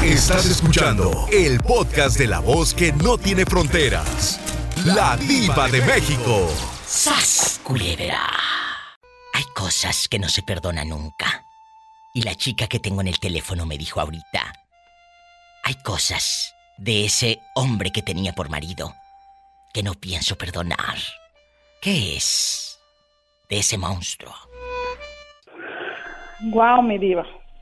Estás escuchando el podcast de la voz que no tiene fronteras. La Diva de México. ¡Sas, culebra! Hay cosas que no se perdonan nunca. Y la chica que tengo en el teléfono me dijo ahorita. Hay cosas de ese hombre que tenía por marido que no pienso perdonar. ¿Qué es de ese monstruo? Guau, mi diva.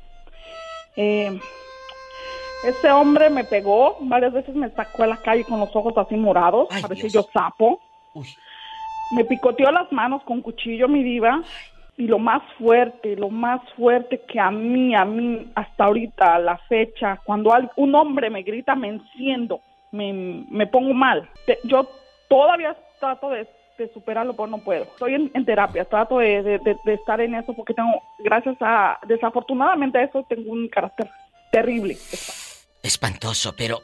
Este hombre me pegó, varias veces me sacó a la calle con los ojos así morados, Ay, parecía Dios. yo sapo. Uy. Me picoteó las manos con cuchillo, mi diva. Y lo más fuerte que a mí, hasta ahorita, a la fecha, cuando un hombre me grita, me enciendo, me pongo mal. Yo todavía trato de superarlo, pero no puedo. Estoy en terapia, trato de estar en eso porque desafortunadamente eso, tengo un carácter terrible. Espantoso, pero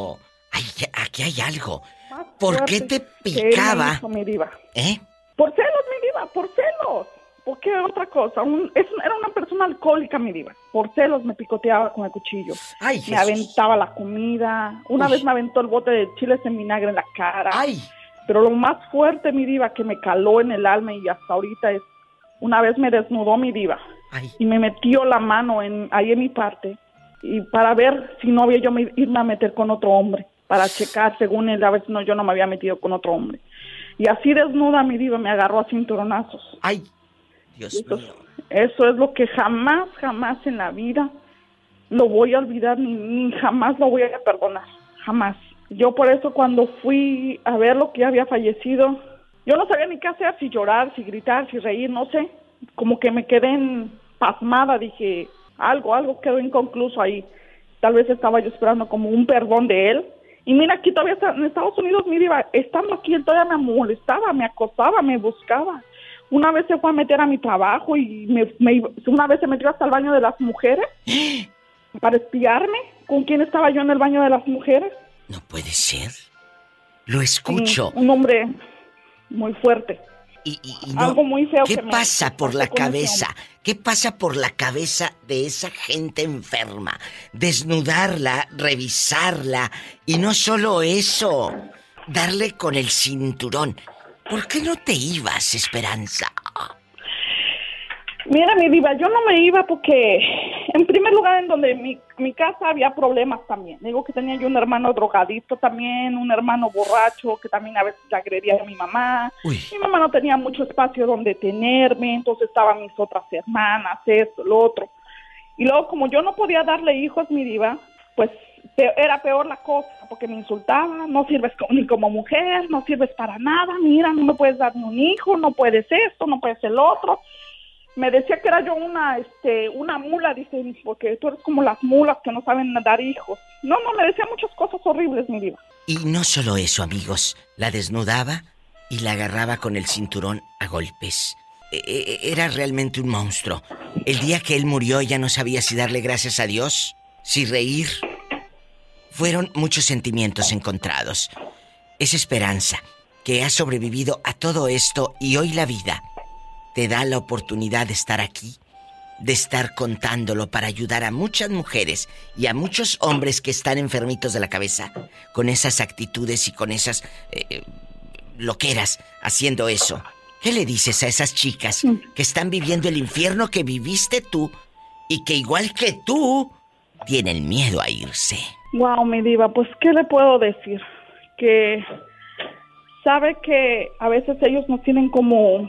aquí hay algo. Más ¿Por qué fuerte te que él me picaba? hizo, mi diva. ¿Eh? Por celos, mi diva, por celos. ¿Por qué otra cosa? Era una persona alcohólica, mi diva. Por celos me picoteaba con el cuchillo. Ay, Me Jesús. aventaba la comida. Una vez me aventó el bote de chiles en vinagre en la cara. Ay. Pero lo más fuerte, mi diva, que me caló en el alma y hasta ahorita es... Una vez me desnudó, mi diva. Ay. Y me metió la mano ahí en mi parte. Y para ver si no había yo irme a meter con otro hombre. Para checar, según él, a ver si yo no me había metido con otro hombre. Y así desnuda, mi diva, me agarró a cinturonazos. Ay. Dios mío. Eso es lo que jamás en la vida lo voy a olvidar, ni jamás lo voy a perdonar, jamás. Yo por eso cuando fui a ver lo que había fallecido, yo no sabía ni qué hacer, si llorar, si gritar, si reír, no sé. Como que me quedé pasmada, dije, algo quedó inconcluso ahí. Tal vez estaba yo esperando como un perdón de él. Y mira, aquí todavía en Estados Unidos, mi diva, estando aquí, él todavía me molestaba, me acosaba, me buscaba. Una vez se fue a meter a mi trabajo y una vez se metió hasta el baño de las mujeres para espiarme con quién estaba yo en el baño de las mujeres. No puede ser. Lo escucho. Un hombre muy fuerte. Y no, algo muy feo. ¿Qué que pasa por la con ese cabeza? hombre. ¿Qué pasa por la cabeza de esa gente enferma? Desnudarla, revisarla y no solo eso, darle con el cinturón. ¿Por qué no te ibas, Esperanza? Mira, mi diva, yo no me iba porque, en primer lugar, en donde mi casa había problemas también. Digo que tenía yo un hermano drogadicto también, un hermano borracho que también a veces agredía a mi mamá. Uy. Mi mamá no tenía mucho espacio donde tenerme, entonces estaban mis otras hermanas, esto, lo otro. Y luego, como yo no podía darle hijos, mi diva, pues era peor la cosa, porque me insultaba, no sirves ni como mujer, no sirves para nada, mira, no me puedes dar ni un hijo, no puedes esto, no puedes el otro. Me decía que era yo una mula, dice, porque tú eres como las mulas que no saben dar hijos. No, me decía muchas cosas horribles, mi diva. Y no solo eso, amigos, la desnudaba y la agarraba con el cinturón a golpes. Era realmente un monstruo. El día que él murió ella no sabía si darle gracias a Dios, si reír. Fueron muchos sentimientos encontrados. Es Esperanza, que ha sobrevivido a todo esto y hoy la vida te da la oportunidad de estar aquí, de estar contándolo para ayudar a muchas mujeres y a muchos hombres que están enfermitos de la cabeza con esas actitudes y con esas loqueras haciendo eso. ¿Qué le dices a esas chicas que están viviendo el infierno que viviste tú y que igual que tú tienen miedo a irse? Wow, mi diva, pues ¿qué le puedo decir? Que sabe que a veces ellos nos tienen como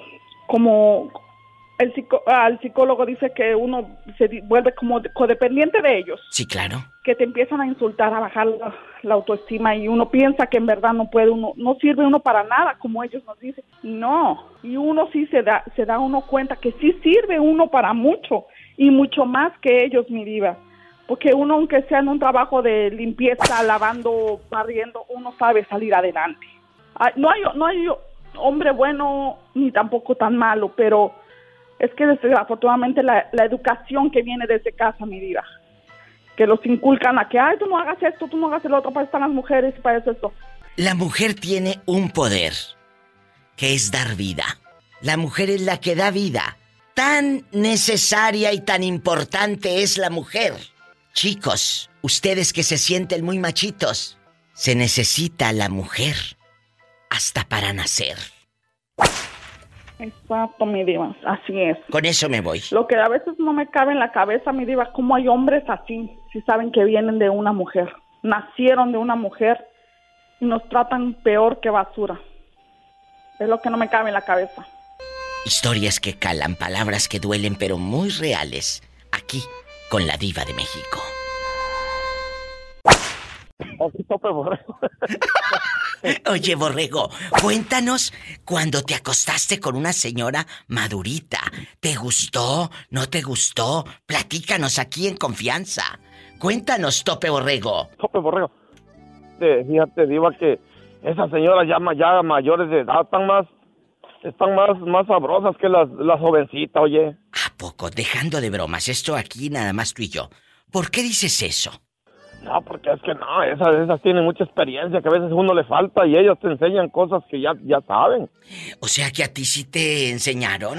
el psicólogo dice que uno se vuelve como codependiente de ellos. Sí, claro. Que te empiezan a insultar, a bajar la autoestima y uno piensa que en verdad no puede uno, no sirve uno para nada, como ellos nos dicen. No, y uno sí se da uno cuenta que sí sirve uno para mucho y mucho más que ellos, mi diva. Porque uno, aunque sea en un trabajo de limpieza, lavando, barriendo, uno sabe salir adelante. No hay hombre bueno ni tampoco tan malo, pero es que desafortunadamente la educación que viene desde casa, mi diva, que los inculcan a que, ay, tú no hagas esto, tú no hagas el otro, para eso están las mujeres y para eso esto. La mujer tiene un poder, que es dar vida. La mujer es la que da vida. Tan necesaria y tan importante es la mujer Chicos, ustedes que se sienten muy machitos, se necesita a la mujer hasta para nacer. Exacto, mi diva, así es. Con eso me voy. Lo que a veces no me cabe en la cabeza, mi diva, cómo hay hombres así, si saben que vienen de una mujer, nacieron de una mujer y nos tratan peor que basura. Es lo que no me cabe en la cabeza. Historias que calan, palabras que duelen, pero muy reales. Aquí, con la Diva de México. Oye, Borrego, cuéntanos cuando te acostaste con una señora madurita. ¿Te gustó? ¿No te gustó? Platícanos aquí en confianza. Cuéntanos, Tope Borrego. Tope Borrego. Fíjate, Diva, que esas señoras ya mayores de edad están más sabrosas que las jovencitas, oye. ¿A poco? Dejando de bromas, esto aquí nada más tú y yo. ¿Por qué dices eso? No, porque es que no, esas tienen mucha experiencia que a veces uno le falta y ellos te enseñan cosas que ya saben. O sea que a ti sí te enseñaron.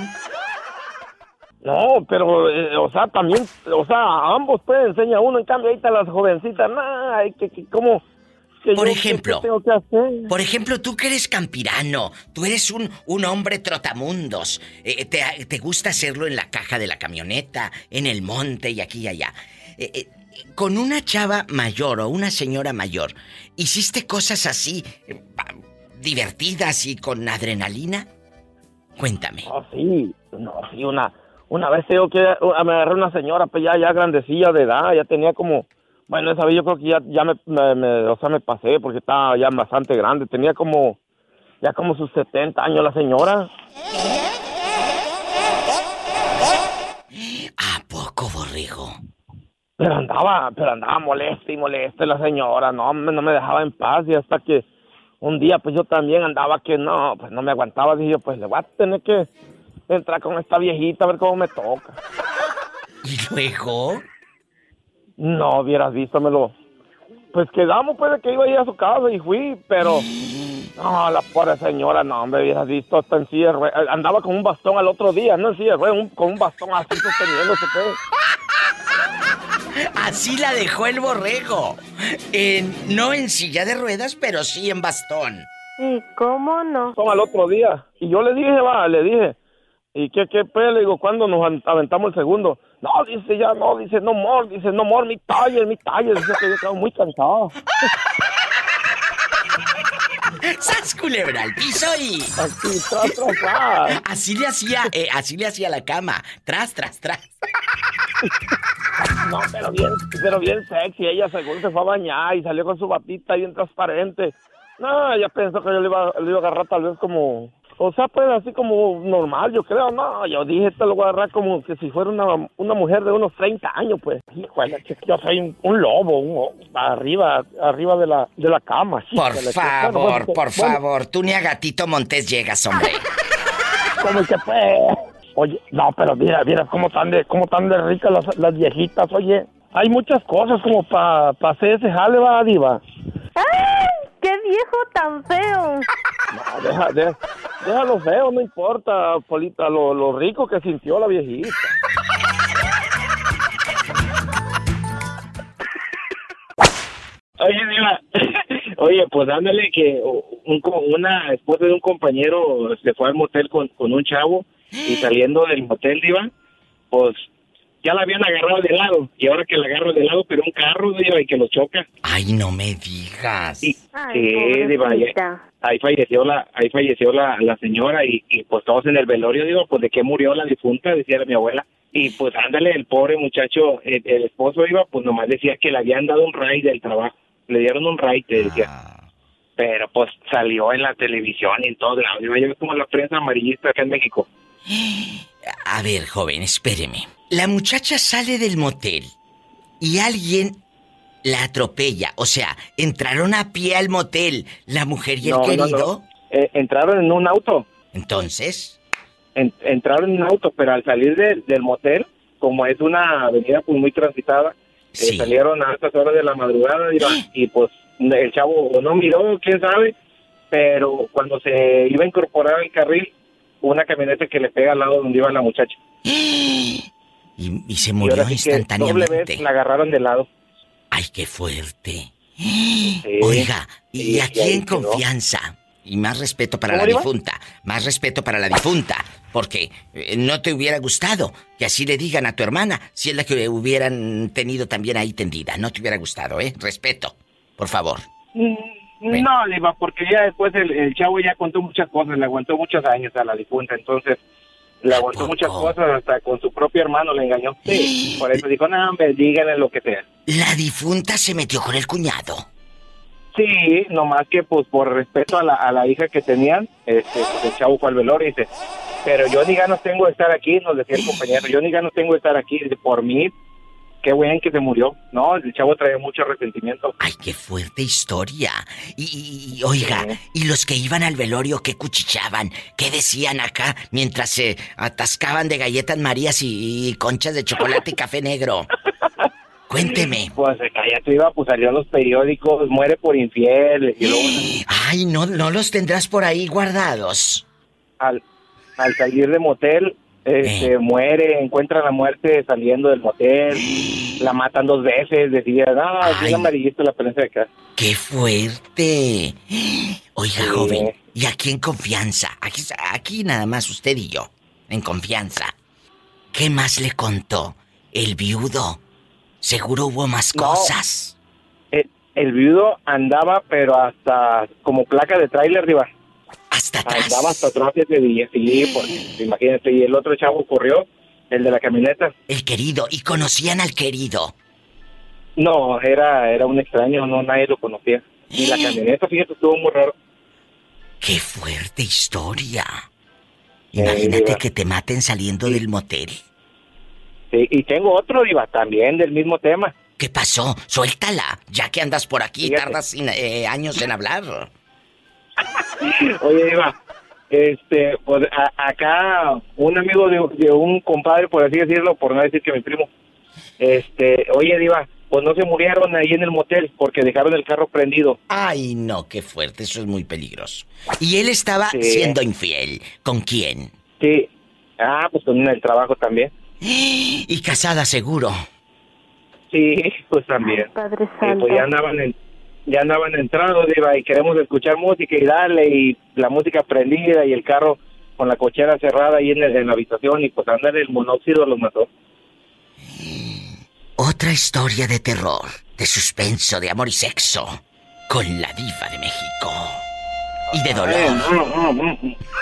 No, pero, también, a ambos pues enseña uno, en cambio ahorita las jovencitas, ¿cómo? Por ejemplo, ¿qué tengo que hacer? Por ejemplo, tú que eres campirano, tú eres un hombre trotamundos, te gusta hacerlo en la caja de la camioneta, en el monte y aquí y allá. Con una chava mayor o una señora mayor, ¿hiciste cosas así divertidas y con adrenalina? Cuéntame. Una vez tengo que me agarré una señora, pues ya grandecilla de edad, ya tenía como, bueno, esa vez yo creo que ya me pasé porque estaba ya bastante grande, tenía como sus 70 años la señora. ¿A poco, Borrego? Pero andaba molesta la señora, no me dejaba en paz y hasta que un día pues yo también andaba que no me aguantaba, dije yo, pues le voy a tener que entrar con esta viejita a ver cómo me toca. ¿Y luego? No, hubieras visto, pues quedamos pues de que iba a ir a su casa y fui, pero no, la pobre señora, no, me hubieras visto hasta en silla de ruedas, andaba con un bastón al otro día, no en silla de ruedas, con un bastón así sosteniéndose pues. Así la dejó el Borrego. No en silla de ruedas, pero sí en bastón. ¿Y cómo no? Al otro día. Y yo le dije, ¿y qué le digo, cuándo nos aventamos el segundo? No, dice, no more, mi taller. Dice que yo estaba muy cansado. ¡Sas, culebra al piso y... Aquí, tras. Así le hacía la cama. Tras. No, pero bien sexy. Ella según se fue a bañar y salió con su batita bien transparente. No, ella pensó que yo le iba a agarrar tal vez como... pues así como normal, yo creo. No, yo dije, te lo voy a agarrar como que si fuera una mujer de unos 30 años, pues. Híjole, que yo soy un lobo, arriba de la cama. Por favor, tú ni a Gatito Montés llegas, hombre. ¿Cómo que pues? Oye, no, pero mira cómo tan de ricas las viejitas, oye. Hay muchas cosas como para hacer ese jale, va, Diva. ¡Ay! ¡Qué viejo tan feo! No, déjalo feo, no importa, Polita, lo rico que sintió la viejita. Oye, Diva, oye, pues ándale que una esposa de un compañero se fue al motel con un chavo y saliendo del motel, Diva, pues ya la habían agarrado de lado y ahora que la agarro de lado, pero un carro, Diva, y que lo choca. Ay, no me digas. Sí, ay, Diva, ahí falleció la señora y pues todos en el velorio, Diva, pues de qué murió la difunta, decía mi abuela. Y pues ándale, el pobre muchacho, el esposo, Diva, pues nomás decía que le habían dado un ray del trabajo. Le dieron un ray, te decía. Pero pues salió en la televisión y en todo lado. Diva, yo como la prensa amarillista acá en México. A ver, joven, espéreme. La muchacha sale del motel y alguien la atropella. O sea, entraron a pie al motel la mujer y el querido. No. Entraron en un auto. Entonces... entraron en un auto, pero al salir del motel, como es una avenida pues muy transitada, sí. Salieron a altas horas de la madrugada y pues el chavo no miró, quién sabe, pero cuando se iba a incorporar al carril, una camioneta que le pega al lado donde iba la muchacha. Y se Y murió ahora sí que doble instantáneamente. vez la agarraron de lado. ¡Ay, qué fuerte! Sí. Oiga, y aquí ahí en quedó. confianza, y más respeto para ¿Cómo la le iba? difunta, más respeto para la difunta, porque no te hubiera gustado que así le digan a tu hermana, si es la que hubieran tenido también ahí tendida. No te hubiera gustado, ¿eh? Respeto, por favor. Bueno. No, Diva, porque ya después el chavo ya contó muchas cosas, le aguantó muchos años a la difunta, entonces le aguantó poco? muchas cosas, hasta con su propio hermano le engañó. Sí, por eso dijo, no, hombre, díganle lo que sea. La difunta se metió con el cuñado. Sí, nomás que pues por respeto a la hija que tenían, pues el chavo fue al velorio y dice, pero yo ni ganas tengo de estar aquí, nos decía el compañero, yo ni ganas tengo de estar aquí, dice, por mí, qué bien que se murió. No, el chavo traía mucho resentimiento. ¡Ay, qué fuerte historia! Y oiga, Sí. ¿y los que iban al velorio qué cuchichaban? ¿Qué decían acá mientras se atascaban de galletas marías y conchas de chocolate y café negro? Cuénteme. Pues cállate, Iba, pues salió en los periódicos, muere por infiel, y luego Ay, no los tendrás por ahí guardados. al salir de motel, muere, encuentra la muerte saliendo del motel, la matan 2 veces, decía, no, es Ay. bien amarillista la prensa de acá. ¡Qué fuerte! Oiga, Sí. joven, y aquí en confianza, aquí nada más usted y yo, en confianza. ¿Qué más le contó el viudo? Seguro hubo más No. cosas. El viudo andaba, pero hasta como placa de tráiler, Diva. Hasta atrás. Andaba hasta atrás ese día, sí, pues, imagínate, y el otro chavo corrió, el de la camioneta. El querido, y conocían al querido. No, era un extraño, no, nadie lo conocía. Y la camioneta, fíjate, estuvo muy raro. ¡Qué fuerte historia! Sí, Imagínate Diva. que te maten saliendo del motel. Sí, y tengo otro, Diva, también del mismo tema. ¿Qué pasó? Suéltala, ya que andas por aquí, Fíjate. tardas años en hablar. Oye, Diva, pues acá un amigo de un compadre, por así decirlo, por no decir que mi primo, oye, Diva, pues no se murieron ahí en el motel porque dejaron el carro prendido. Ay, no, qué fuerte, eso es muy peligroso. Y él estaba Sí. siendo infiel. ¿Con quién? Sí, pues con el trabajo también. Y casada, seguro. Sí, pues también. Padre Santo. Pues ya andaban entrados, Diva, y queremos escuchar música y darle, y la música prendida y el carro con la cochera cerrada ahí en la habitación, y pues andar el monóxido los mató. Otra historia de terror, de suspenso, de amor y sexo, con la diva de México. Y de dolor.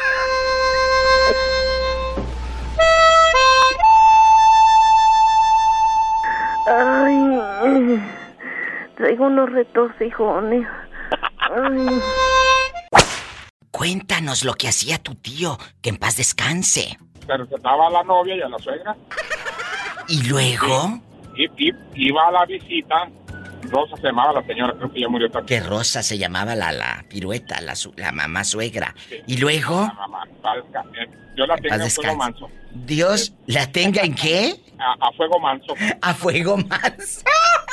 Ay, traigo unos retorcijones. Ay. Cuéntanos lo que hacía tu tío, que en paz descanse. Se recetaba a la novia y a la suegra. ¿Y luego? Y iba a la visita. Rosa se llamaba la señora, creo que ya murió también. Que Rosa se llamaba la pirueta, la mamá suegra. Sí. ¿Y luego? La mamá, yo la tengo Paz a fuego descanse. manso. Dios la tenga en qué? A fuego manso. A fuego más.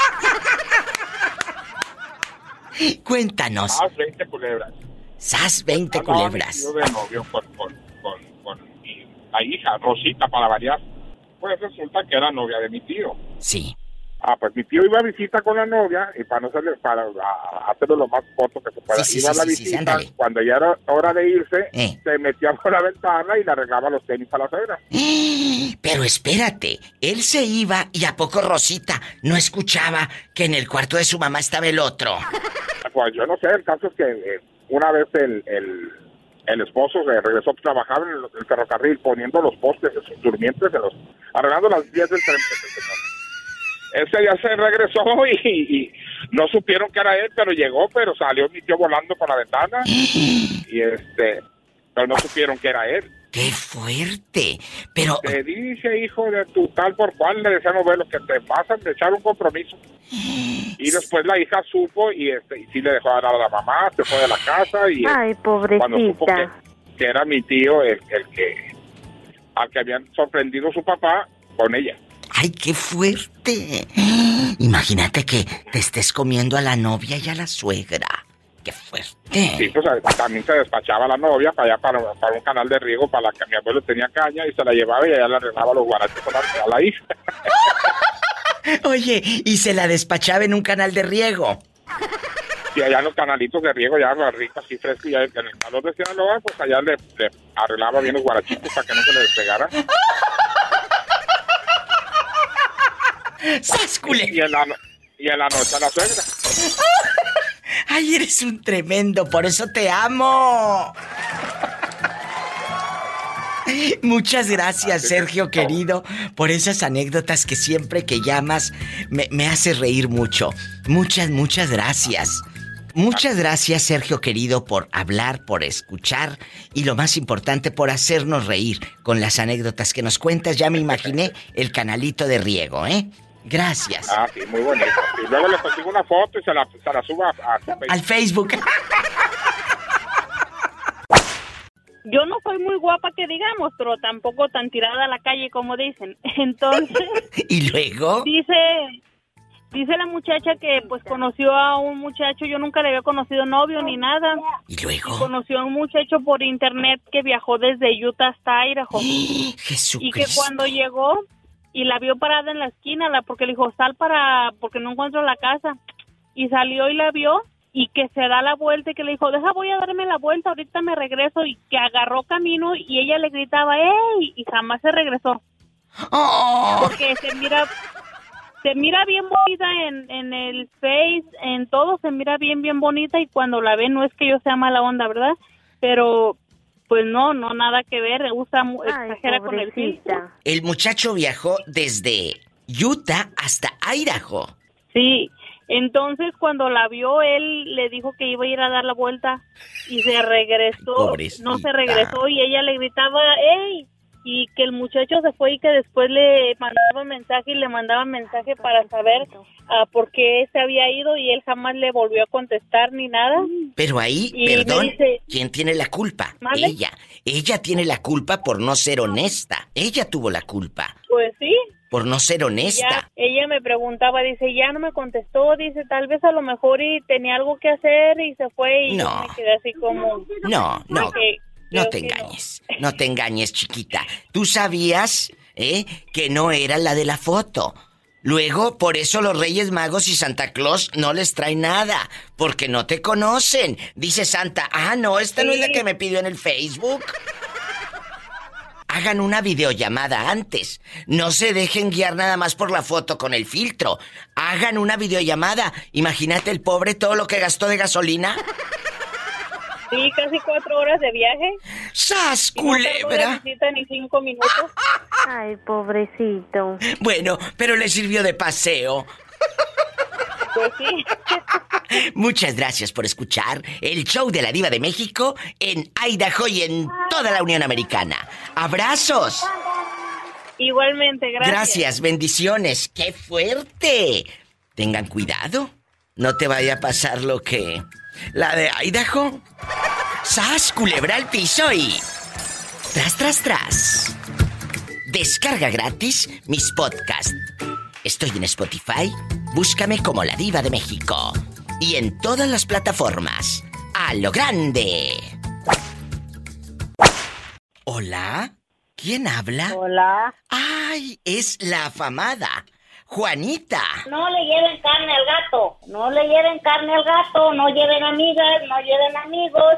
Cuéntanos. 20 culebras. ¡Sas 20 Andaba culebras! yo de novio con la hija, Rosita, para variar. Pues resulta que era novia de mi tío. Sí. Pues mi tío iba a visita con la novia y para hacerlo lo más corto que se pueda. Sí, iba a la sí, visita, ándale. cuando ya era hora de irse, Eh. se metía por la ventana y le arreglaba los tenis a la suegra. Pero espérate, él se iba y a poco Rosita no escuchaba que en el cuarto de su mamá estaba el otro. Pues yo no sé, el caso es que una vez el esposo se regresó a trabajar en el ferrocarril poniendo los postes de sus durmientes, arreglando las vías del tren. Ese día se regresó y no supieron que era él, pero llegó, pero salió mi tío volando por la ventana y pero no supieron que era él. ¡Qué fuerte! Pero... Te dice, hijo de tu tal por cual, le decían, lo que te pasan de echar un compromiso. Y después la hija supo y sí le dejó dar a la mamá, se fue de la casa y Ay, cuando supo pobrecita. que era mi tío al que habían sorprendido su papá con ella. ¡Ay, qué fuerte! Imagínate que te estés comiendo a la novia y a la suegra. qué fuerte. Sí, pues también se despachaba la novia para allá, para un canal de riego para la que mi abuelo tenía caña y se la llevaba y ella le arreglaba los guaraches a la hija. Oye, ¿y se la despachaba en un canal de riego? Y allá en los canalitos de riego, ya rico, así fresco, y ya en el calor de Sinaloa, pues allá le arreglaba bien los guarachitos para que no se le despegara. ¡Sáscule! Y en la noche a la suegra. ¡Ay, eres un tremendo! ¡Por eso te amo! Muchas gracias, Sergio querido, por esas anécdotas que siempre que llamas me hace reír mucho. Muchas gracias. Muchas gracias, Sergio querido, por hablar, por escuchar y lo más importante, por hacernos reír con las anécdotas que nos cuentas. Ya me imaginé el canalito de riego, ¿eh? Gracias. Ah, sí, muy bonito. Y luego le consigo una foto y se la subo al Facebook. Yo no soy muy guapa que digamos, pero tampoco tan tirada a la calle como dicen. Entonces... ¿Y luego? Dice la muchacha que pues conoció a un muchacho, yo nunca le había conocido novio ni nada. ¿Y luego? Conoció a un muchacho por internet que viajó desde Utah hasta Idaho. Jesucristo. Y que cuando llegó y la vio parada en la esquina, porque le dijo, porque no encuentro la casa. Y salió y la vio y que se da la vuelta y que le dijo, voy a darme la vuelta, ahorita me regreso. Y que agarró camino y ella le gritaba, ¡ey! Y jamás se regresó. Oh. Porque se mira bien bonita en el Face, en todo se mira bien bonita y cuando la ve no es que yo sea mala onda, ¿verdad? Pero pues no nada que ver, exagera con el filtro. El muchacho viajó desde Utah hasta Idaho. Sí, entonces cuando la vio él le dijo que iba a ir a dar la vuelta y se regresó. Pobrecita. No se regresó y ella le gritaba, ¡ey! Y que el muchacho se fue y que después le mandaba mensaje para saber por qué se había ido y él jamás le volvió a contestar ni nada. Pero ahí, perdón, ¿quién tiene la culpa? ¿Mande? Ella tiene la culpa por no ser honesta. Ella tuvo la culpa. Pues sí. Por no ser honesta. Ella me preguntaba, dice, ya no me contestó, dice, tal vez a lo mejor y tenía algo que hacer y se fue y yo me quedé así como... No te engañes, chiquita. Tú sabías, que no era la de la foto. Luego, por eso los Reyes Magos y Santa Claus no les traen nada, porque no te conocen. Dice Santa, no, esta no es la que me pidió en el Facebook. Hagan una videollamada antes. No se dejen guiar nada más por la foto con el filtro. Hagan una videollamada. Imagínate el pobre todo lo que gastó de gasolina. Sí, casi 4 horas de viaje. ¡Sas, culebra! No visita ni 5 minutos. Ay, pobrecito. Bueno, pero le sirvió de paseo. Pues sí. Muchas gracias por escuchar el show de la Diva de México en Idaho y en toda la Unión Americana. ¡Abrazos! Igualmente, gracias. Gracias, bendiciones. ¡Qué fuerte! Tengan cuidado. No te vaya a pasar lo que... la de Idaho. ¡Sas, culebra al piso y... tras! Descarga gratis mis podcasts. Estoy en Spotify. Búscame como La Diva de México. Y en todas las plataformas. ¡A lo grande! ¿Hola? ¿Quién habla? Hola. ¡Ay! Es la afamada Juanita. No le lleven carne al gato. No le lleven carne al gato. No lleven amigas. No lleven amigos.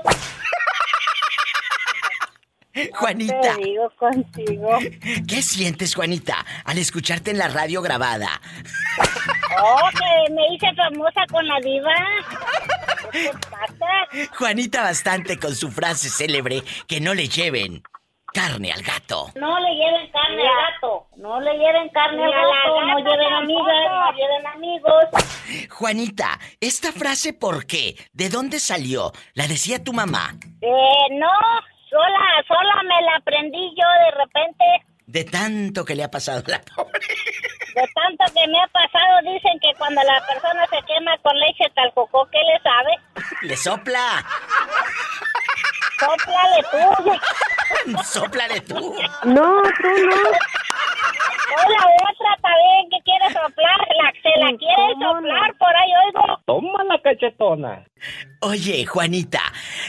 Juanita. Te digo contigo. ¿Qué sientes, Juanita, al escucharte en la radio grabada? Oh, que me hice famosa con la diva. ¿Qué pasa? Juanita bastante con su frase célebre que no le lleven carne al gato. No le lleven carne al gato. No le lleven carne al gato. No lleven amigas. No lleven amigos. Juanita, ¿esta frase por qué? ¿De dónde salió? ¿La decía tu mamá? No. Sola me la aprendí yo de repente. De tanto que le ha pasado a la pobre. De tanto que me ha pasado, dicen que cuando la persona se quema con leche talcocó, ¿qué le sabe? ¡Le sopla! ¡Sóplale tú! ¡Sóplale tú! No, tú no. O la otra también que quiere soplar, se la quiere soplar por ahí, oigo. Toma la cachetona. Oye, Juanita,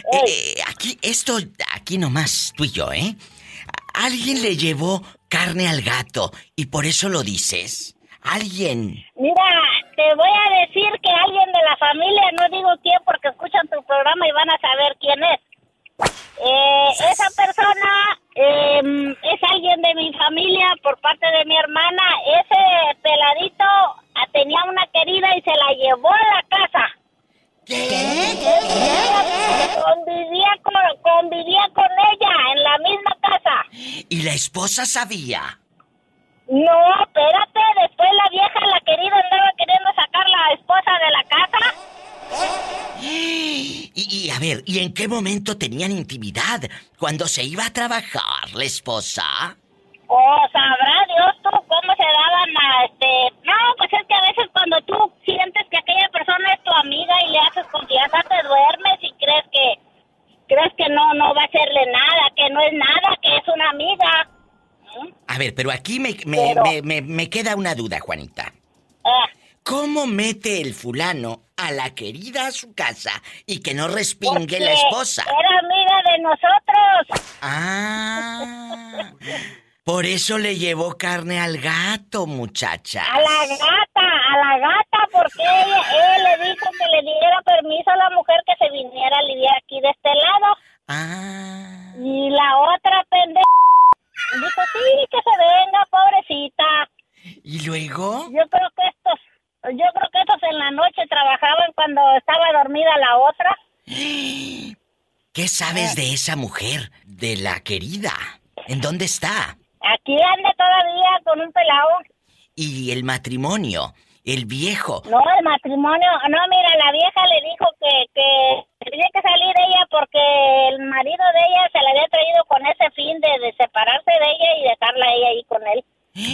aquí nomás tú y yo, ¿eh? Alguien le llevó carne al gato y por eso lo dices. ¿Alguien? Mira, te voy a decir que alguien de la familia, no digo quién porque escuchan tu programa y van a saber quién es. Esa persona es alguien de mi familia por parte de mi hermana. Ese peladito tenía una querida y se la llevó a la casa. ¿Qué? Convivía con ella en la misma casa. ¿Y la esposa sabía? No, espérate, después la vieja, la querida, andaba queriendo sacar la esposa de la casa. Y a ver, ¿y en qué momento tenían intimidad? ¿Cuando se iba a trabajar la esposa? Oh, sabrá Dios tú cómo se daban No, pues es que a veces cuando tú sientes que aquella persona es tu amiga y le haces confianza, te duermes y crees que no va a hacerle nada, que no es nada, que es una amiga. A ver, pero aquí me queda una duda, Juanita. ¿Cómo mete el fulano a la querida a su casa y que no respingue la esposa? Era amiga de nosotros. Ah, por eso le llevó carne al gato, muchacha. A la gata, porque él le dijo que le diera permiso a la mujer que se viniera a lidiar aquí de este lado. Ah. Y la otra pendeja dijo, sí, que se venga, pobrecita. ¿Y luego? Yo creo que estos en la noche trabajaban cuando estaba dormida la otra. ¿Qué sabes de esa mujer, de la querida? ¿En dónde está? Aquí anda todavía con un pelado. ¿Y el matrimonio? ¿El viejo? No, el matrimonio... No, mira, la vieja le dijo que tenía que salir ella porque el marido de ella se la había traído con ese fin de separarse de ella y dejarla a ella ahí con él.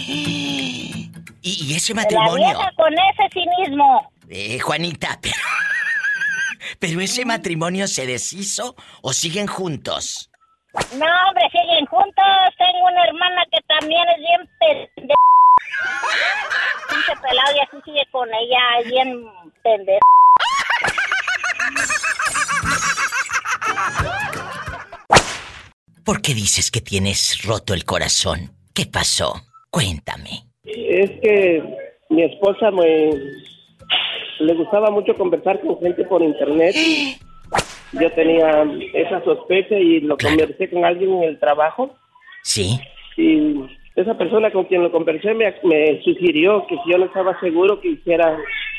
¿Y ese matrimonio? La vieja con ese cinismo. Juanita, pero ese matrimonio se deshizo o siguen juntos. No, hombre, siguen juntos. Tengo una hermana que también es bien pendeja. Pinche pelado y así sigue con ella, bien pendeja. ¿Por qué dices que tienes roto el corazón? ¿Qué pasó? Cuéntame. Es que mi esposa le gustaba mucho conversar con gente por internet. Yo tenía esa sospecha y lo conversé con alguien en el trabajo. Sí. Y esa persona con quien lo conversé me sugirió que si yo no estaba seguro que hiciera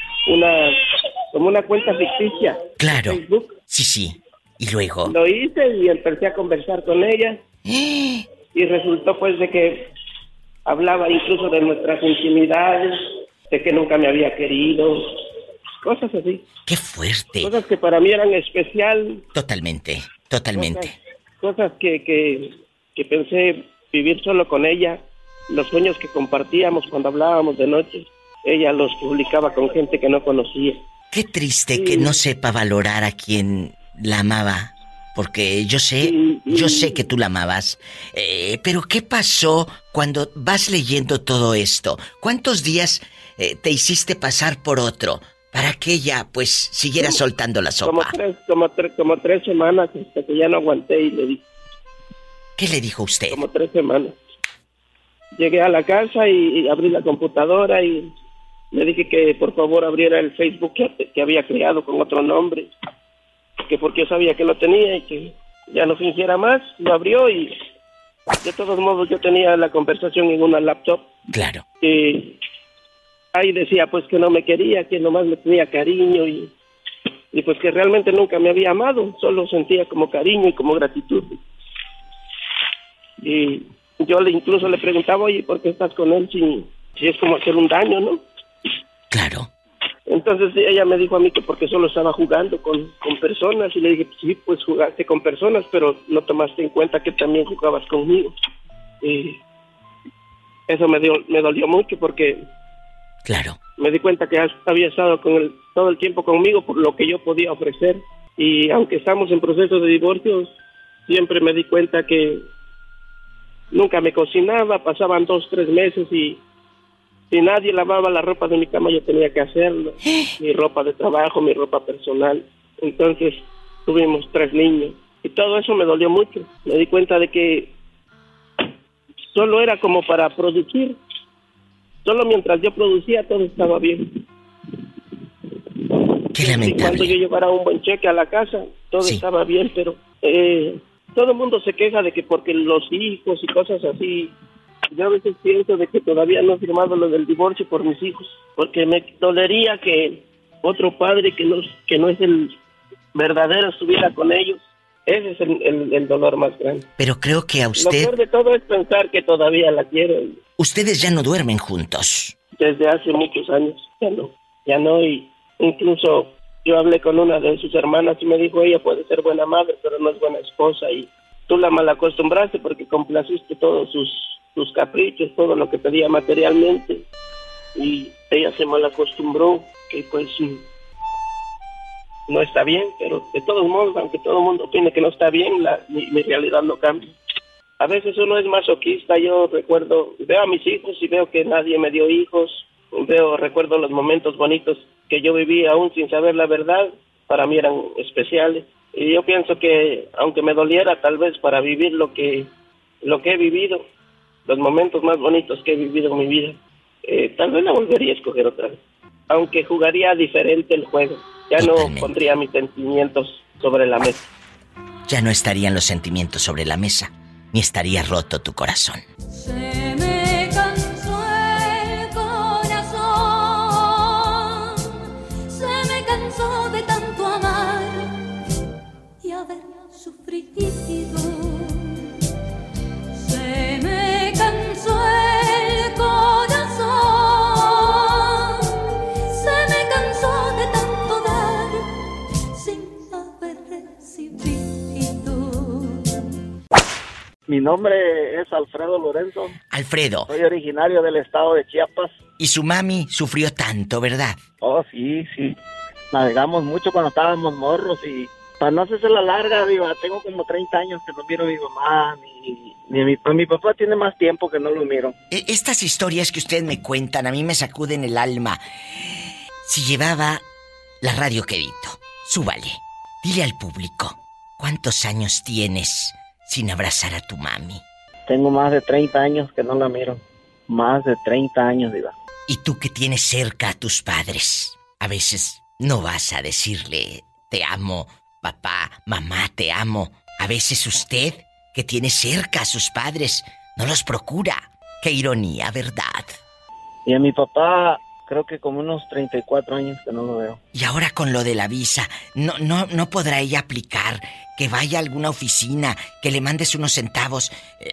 una cuenta ficticia. Claro. En Facebook. Sí. ¿Y luego? Lo hice y empecé a conversar con ella. Y resultó pues de que hablaba incluso de nuestras intimidades, de que nunca me había querido, cosas así. ¡Qué fuerte! Cosas que para mí eran especial. Totalmente. Cosas que pensé vivir solo con ella, los sueños que compartíamos cuando hablábamos de noche, ella los publicaba con gente que no conocía. Qué triste que no sepa valorar a quien la amaba. Porque yo sé que tú la amabas. Pero ¿qué pasó cuando vas leyendo todo esto? ¿Cuántos días te hiciste pasar por otro para que ella, pues, siguiera soltando la sopa? Como 3 semanas, hasta que ya no aguanté y le dije. ¿Qué le dijo usted? Como 3 semanas. Llegué a la casa y abrí la computadora y le dije que por favor abriera el Facebook que había creado con otro nombre. Que porque yo sabía que lo tenía y que ya no fingiera más, lo abrió y de todos modos yo tenía la conversación en una laptop. Claro. Y ahí decía pues que no me quería, que nomás me tenía cariño y pues que realmente nunca me había amado, solo sentía como cariño y como gratitud. Y yo incluso le preguntaba, oye, ¿por qué estás con él si es como hacer un daño, no? Claro. Entonces ella me dijo a mí que porque solo estaba jugando con personas y le dije, sí, pues jugaste con personas, pero no tomaste en cuenta que también jugabas conmigo. Y eso me dolió mucho porque claro, me di cuenta que había estado todo el tiempo conmigo por lo que yo podía ofrecer y aunque estamos en proceso de divorcio, siempre me di cuenta que nunca me cocinaba, pasaban 2-3 meses y Si nadie lavaba la ropa de mi cama, yo tenía que hacerlo. Mi ropa de trabajo, mi ropa personal. Entonces, tuvimos 3 niños. Y todo eso me dolió mucho. Me di cuenta de que solo era como para producir. Solo mientras yo producía, todo estaba bien. Qué lamentable. Y cuando yo llevara un buen cheque a la casa, todo estaba bien, pero todo el mundo se queja de que porque los hijos y cosas así. Yo a veces pienso de que todavía no he firmado lo del divorcio por mis hijos, porque me dolería que otro padre que no es el verdadero estuviera con ellos. Ese es el dolor más grande. Pero creo que a usted... Lo peor de todo es pensar que todavía la quiero. Ustedes ya no duermen juntos. Desde hace muchos años, ya no, y incluso yo hablé con una de sus hermanas y me dijo, ella puede ser buena madre, pero no es buena esposa, y tú la malacostumbraste porque complaciste todos sus caprichos, todo lo que pedía materialmente, y ella se malacostumbró, que pues no está bien, pero de todos modos, aunque todo el mundo opine que no está bien, mi realidad no cambia. A veces uno es masoquista. Yo veo a mis hijos y veo que nadie me dio hijos, recuerdo los momentos bonitos que yo viví aún sin saber la verdad, para mí eran especiales, y yo pienso que aunque me doliera tal vez para vivir lo que he vivido, los momentos más bonitos que he vivido en mi vida, tal vez la volvería a escoger otra vez, aunque jugaría diferente el juego. Ya Totalmente. No pondría mis sentimientos sobre la mesa. Ya no estarían los sentimientos sobre la mesa, ni estaría roto tu corazón. Se me cansó el corazón, se me cansó de tanto amar y haber sufrido. Se me cansó el corazón, se me cansó de tanto dar sin haber recibido. Mi nombre es Alfredo Lorenzo. Alfredo. Soy originario del estado de Chiapas. Y su mami sufrió tanto, ¿verdad? Oh, sí. Navegamos mucho cuando estábamos morros y para no hacerse la larga, digo, tengo como 30 años que no miro a mi mamá, ni a mi papá tiene más tiempo que no lo miro. Estas historias que ustedes me cuentan a mí me sacuden el alma. Si llevaba la radio quedito, súbale, dile al público, ¿cuántos años tienes sin abrazar a tu mami? Tengo más de 30 años que no la miro. Más de 30 años, diva. Y tú que tienes cerca a tus padres, a veces no vas a decirle, te amo, papá, mamá, te amo. A veces usted, que tiene cerca a sus padres, no los procura. Qué ironía, ¿verdad? Y a mi papá, creo que como unos 34 años que no lo veo. Y ahora con lo de la visa, no podrá ella aplicar, que vaya a alguna oficina, que le mandes unos centavos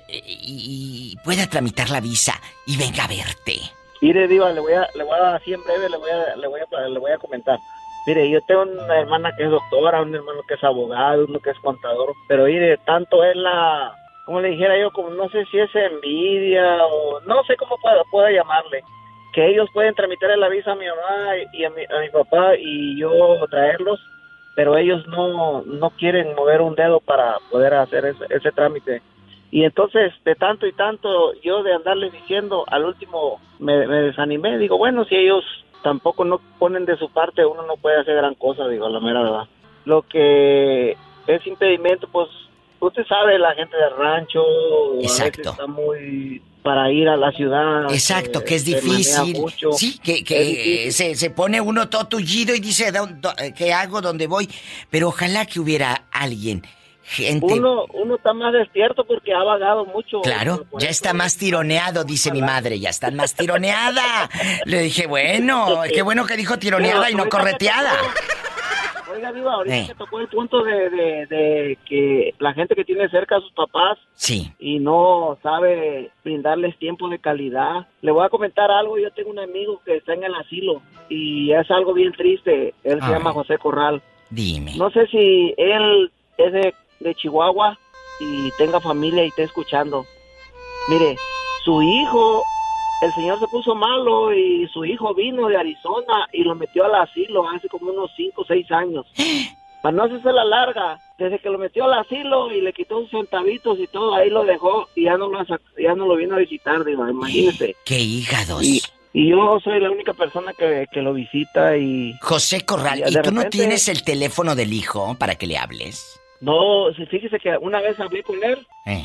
y pueda tramitar la visa y venga a verte. Mire, diva, le voy a así en breve le voy a comentar. Mire, yo tengo una hermana que es doctora, un hermano que es abogado, uno que es contador, pero mire, tanto es como le dijera yo, como no sé si es envidia o no sé cómo pueda llamarle, que ellos pueden tramitarle la visa a mi mamá y a mi papá y yo traerlos, pero ellos no quieren mover un dedo para poder hacer ese trámite. Y entonces, de tanto y tanto, yo de andarles diciendo, al último me desanimé. Digo, bueno, si ellos tampoco no ponen de su parte, uno no puede hacer gran cosa, digo, la mera verdad. Lo que es impedimento, pues, usted sabe, la gente del rancho, exacto, a veces está muy para ir a la ciudad. Exacto, que es difícil. Sí, que se pone uno todo tullido y dice, ¿qué hago? ¿Dónde voy? Pero ojalá que hubiera alguien, gente... Uno está más despierto porque ha vagado mucho. Claro, ya está más tironeado, dice mi madre, ya está más tironeada. Le dije, bueno, qué bueno que dijo tironeada y no correteada. Oiga, diva, ahorita que tocó el punto de que la gente que tiene cerca a sus papás sí, y no sabe brindarles tiempo de calidad. Le voy a comentar algo. Yo tengo un amigo que está en el asilo y es algo bien triste. Él se llama José Corral. Dime. No sé si él es de Chihuahua y tenga familia y esté escuchando. Mire, su hijo, el señor se puso malo y su hijo vino de Arizona y lo metió al asilo hace como unos 5 o 6 años. Para no hacerse la larga, desde que lo metió al asilo y le quitó sus centavitos y todo, ahí lo dejó y ya no lo vino a visitar, digo, imagínese. ¡Qué hígados! Y Y yo soy la única persona que lo visita y... José Corral, ¿y tú no tienes el teléfono del hijo para que le hables? No, fíjese que una vez hablé con él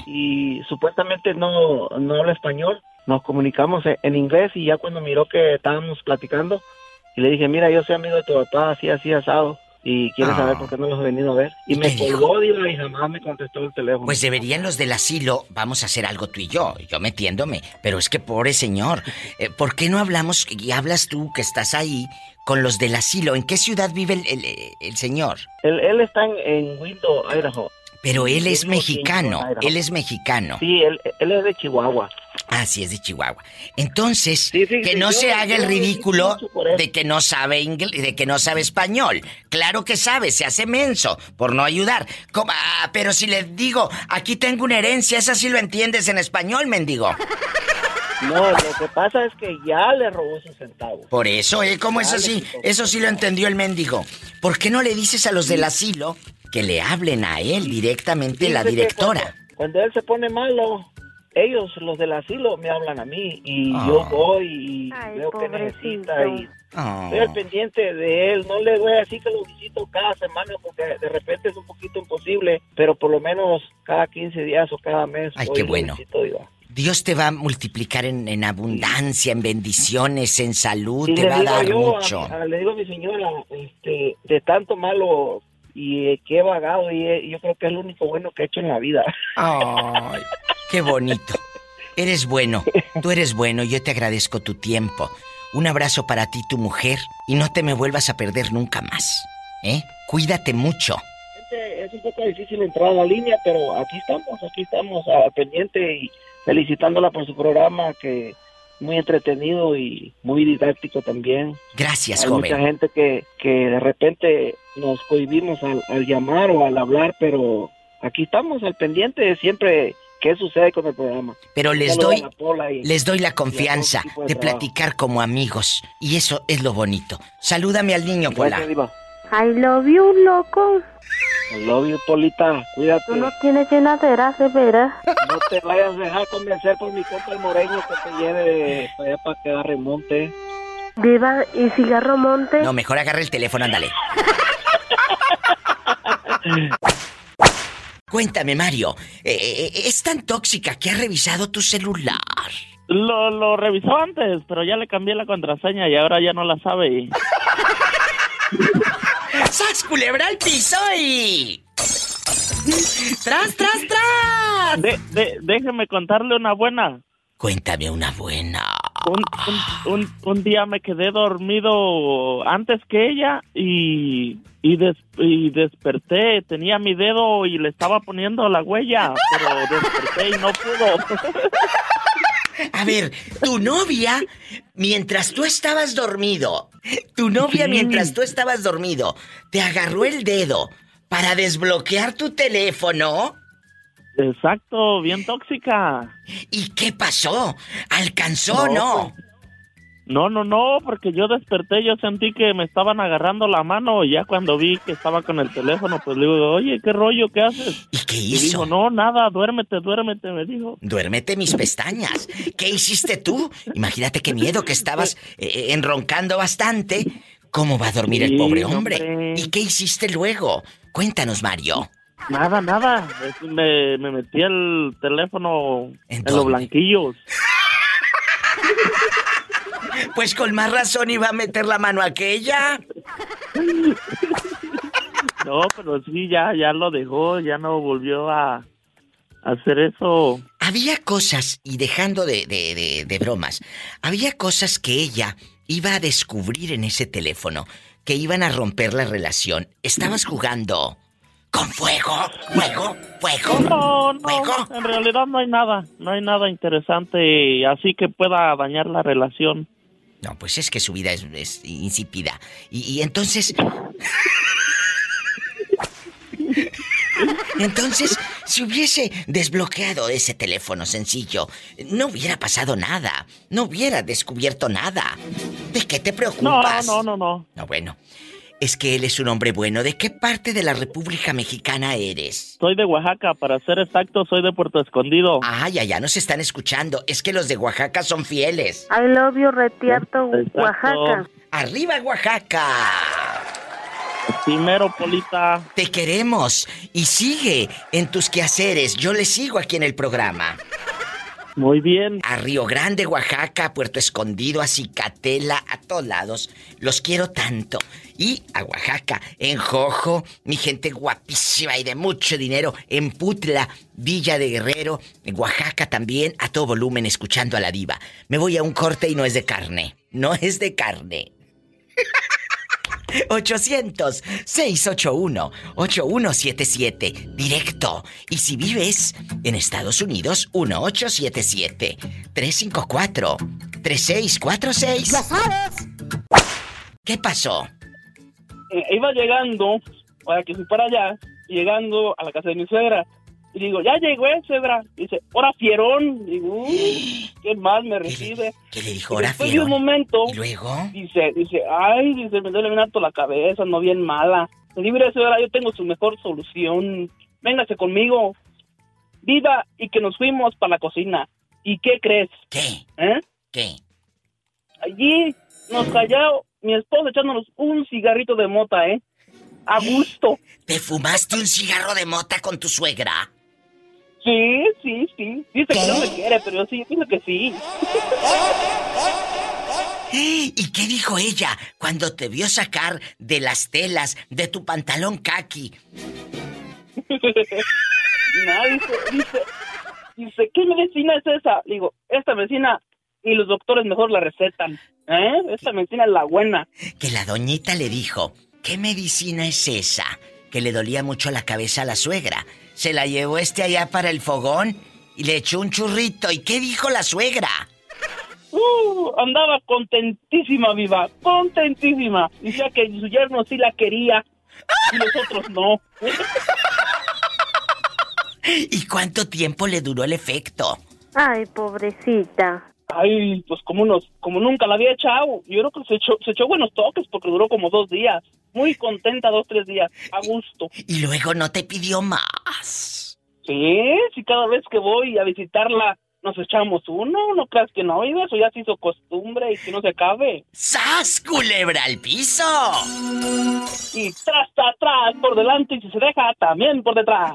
y supuestamente no habla español. Nos comunicamos en inglés y ya cuando miró que estábamos platicando, y le dije, mira, yo soy amigo de tu papá, así, asado. Y quiere saber por qué no los he venido a ver. Y me colgó, digo, y jamás me contestó el teléfono. Pues deberían los del asilo, vamos a hacer algo tú y yo metiéndome. Pero es que pobre señor, ¿por qué no hablamos y hablas tú que estás ahí con los del asilo? ¿En qué ciudad vive el señor? Él está en Window, Idaho. Pero él es mexicano, él es mexicano. Sí, él es de Chihuahua. Ah, sí, es de Chihuahua. Entonces, que no se haga el ridículo de que no sabe inglés, de que no sabe español. Claro que sabe, se hace menso por no ayudar. Pero si le digo, aquí tengo una herencia, esa sí lo entiendes en español, mendigo. No, lo que pasa es que ya le robó sus centavos. Por eso, como eso sí lo entendió el mendigo. ¿Por qué no le dices a los del asilo que le hablen a él directamente, la directora? Cuando él se pone malo, ellos, los del asilo, me hablan a mí y yo voy y veo que necesita y estoy al pendiente de él. No le voy a decir que lo visito cada semana porque de repente es un poquito imposible, pero por lo menos cada 15 días o cada mes. Ay, qué bueno. Dios te va a multiplicar en abundancia, en bendiciones, en salud, te va a dar mucho. Le digo a mi señora, de tanto malo y que he vagado y yo creo que es lo único bueno que he hecho en la vida. Ay, qué bonito. Eres bueno, tú eres bueno, yo te agradezco tu tiempo. Un abrazo para ti, tu mujer, y no te me vuelvas a perder nunca más. Cuídate mucho. Es un poco difícil entrar a la línea, pero aquí estamos al pendiente y felicitándola por su programa, que muy entretenido y muy didáctico también. Gracias, Hay joven. mucha gente que de repente nos cohibimos al llamar o al hablar, pero aquí estamos al pendiente de siempre qué sucede con el programa. Pero les doy la confianza de platicar como amigos, y eso es lo bonito. Salúdame al niño, Pola. I love you, loco. I love you, Polita. Cuídate. Tú no tienes llenadera, de veras. No te vayas a dejar convencer por mi compa el Moreño que te lleve para allá para que agarre monte. Viva y cigarro monte. No, mejor agarra el teléfono, ándale. Cuéntame, Mario, ¿es tan tóxica que ha revisado tu celular? Lo revisó antes, pero ya le cambié la contraseña y ahora ya no la sabe. ¡Sas, culebra al piso y... ¡Tras, tras, tras! Déjeme contarle una buena. Cuéntame una buena. Un día me quedé dormido antes que ella y desperté. Tenía mi dedo y le estaba poniendo la huella, pero desperté y no pudo. A ver, tu novia, mientras tú estabas dormido, te agarró el dedo para desbloquear tu teléfono. Exacto, bien tóxica. ¿Y qué pasó? ¿Alcanzó o no? No, porque yo desperté, yo sentí que me estaban agarrando la mano y ya cuando vi que estaba con el teléfono, pues le digo, oye, ¿qué rollo? ¿Qué haces? ¿Y qué hizo? Y dijo, no, nada, duérmete, me dijo. Duérmete mis pestañas. ¿Qué hiciste tú? Imagínate qué miedo que estabas enroncando bastante. ¿Cómo va a dormir el pobre hombre? ¿Y qué hiciste luego? Cuéntanos, Mario. Nada. Me metí el teléfono en los blanquillos. Pues con más razón iba a meter la mano aquella. No, pero sí, ya lo dejó, ya no volvió a hacer eso. Había cosas, y dejando de bromas, había cosas que ella iba a descubrir en ese teléfono, que iban a romper la relación. ¿Estabas jugando con fuego? ¿Fuego? No, ¿fuego? En realidad no hay nada interesante así que pueda dañar la relación. No, pues es que su vida es insípida. Y entonces... Entonces, si hubiese desbloqueado ese teléfono sencillo, no hubiera pasado nada. No hubiera descubierto nada. ¿De qué te preocupas? No. No, bueno. Es que él es un hombre bueno. ¿De qué parte de la República Mexicana eres? Soy de Oaxaca, para ser exacto, soy de Puerto Escondido. Ah, ya nos están escuchando. Es que los de Oaxaca son fieles. I love you, Retierto, Oaxaca. ¡Arriba, Oaxaca! Primero, Polita. Te queremos. Y sigue en tus quehaceres. Yo le sigo aquí en el programa. Muy bien. A Río Grande, Oaxaca, a Puerto Escondido, a Cicatela, a todos lados. Los quiero tanto. Y a Oaxaca, en Jojo, mi gente guapísima y de mucho dinero. En Putla, Villa de Guerrero, en Oaxaca también, a todo volumen, escuchando a la diva. Me voy a un corte y no es de carne. No es de carne. 800-681-8177. Directo. Y si vives en Estados Unidos, 1877-354-3646. ¡Ya sabes! ¿Qué pasó? Iba llegando, para que fui para allá, llegando a la casa de mi suegra. Y digo, ya llegó suegra. Dice, ¡hora fierón! Digo, ¿qué más me recibe? ¿Qué le dijo, hora después fierón? de un momento, ¿Y luego? Dice, ay, dice, me duele bien harto la cabeza, no bien mala. Le digo, mire, suegra, yo tengo su mejor solución. Véngase conmigo. Viva, y que nos fuimos para la cocina. ¿Y qué crees? ¿Qué? ¿Qué? Allí nos calló mi esposo echándonos un cigarrito de mota, a gusto. ¿Te fumaste un cigarro de mota con tu suegra? Sí. Dice que no me quiere, pero yo sí, pienso que sí. ¿Y qué dijo ella cuando te vio sacar de las telas de tu pantalón kaki? Dice, ¿qué medicina es esa? Digo, esta medicina y los doctores mejor la recetan. Esta medicina es la buena. Que la doñita le dijo, ¿qué medicina es esa? Que le dolía mucho la cabeza a la suegra. Se la llevó allá para el fogón y le echó un churrito. ¿Y qué dijo la suegra? Andaba contentísima, viva, contentísima. Decía que su yerno sí la quería y nosotros no. ¿Y cuánto tiempo le duró el efecto? Ay, pobrecita. Ay, pues como nunca la había echado. Yo creo que se echó buenos toques porque duró como 2 días. Muy contenta 2-3 días, a gusto. Y luego no te pidió más. Sí, cada vez que voy a visitarla nos echamos uno, no creas que no, y eso ya se hizo costumbre y que no se acabe. ¡Sas, culebra al piso! Y tras, por delante, y si se deja, también por detrás.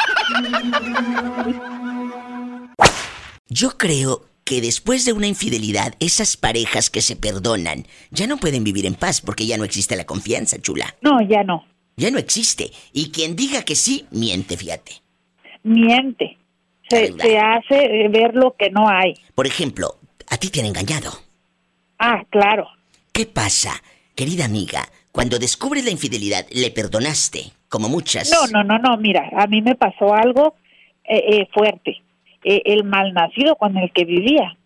Yo creo que después de una infidelidad, esas parejas que se perdonan ya no pueden vivir en paz porque ya no existe la confianza, chula. No, ya no. Ya no existe. Y quien diga que sí, miente, fíjate. Miente. Se hace ver lo que no hay. Por ejemplo, a ti te han engañado. Ah, claro. ¿Qué pasa, querida amiga? Cuando descubres la infidelidad, ¿le perdonaste? Como muchas. No. Mira, a mí me pasó algo fuerte. El malnacido con el que vivía,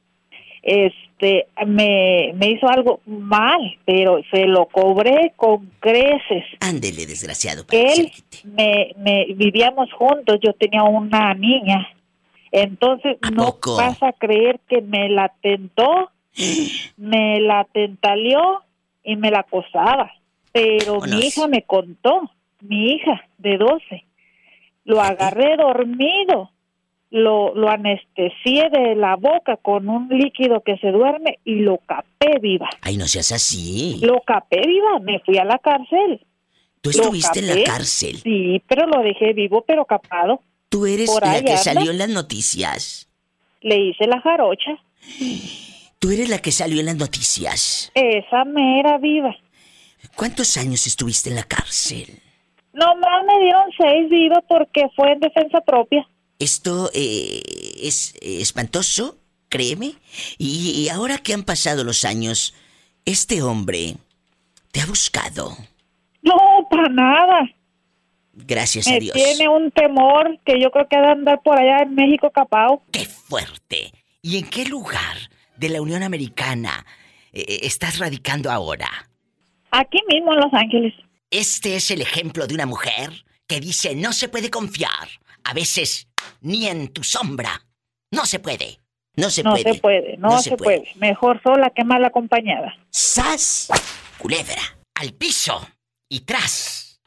me hizo algo mal, pero se lo cobré con creces. Ándele, desgraciado. Él vivíamos juntos, yo tenía una niña, entonces no vas a creer que me la tentó, me la tentaleó y me la acosaba, pero mi hija me contó, mi hija de 12, lo agarré dormido. Lo anestesié de la boca con un líquido que se duerme y lo capé viva. Ay, no seas así. Lo capé viva, me fui a la cárcel. ¿Tú estuviste en la cárcel? Sí, pero lo dejé vivo, pero capado. ¿Tú eres la que salió en las noticias? Le hice la jarocha. ¿Tú eres la que salió en las noticias? Esa mera viva. ¿Cuántos años estuviste en la cárcel? Nomás me dieron 6 viva porque fue en defensa propia. Esto es espantoso, créeme. Y ahora que han pasado los años, este hombre te ha buscado. No, para nada. Gracias a Dios. Tiene un temor que yo creo que ha de andar por allá en México capao. ¡Qué fuerte! ¿Y en qué lugar de la Unión Americana estás radicando ahora? Aquí mismo en Los Ángeles. Este es el ejemplo de una mujer que dice no se puede confiar. A veces ni en tu sombra. No se puede. No se puede. Mejor sola que mal acompañada. ¡Sas! Culebra. Al piso. Y tras.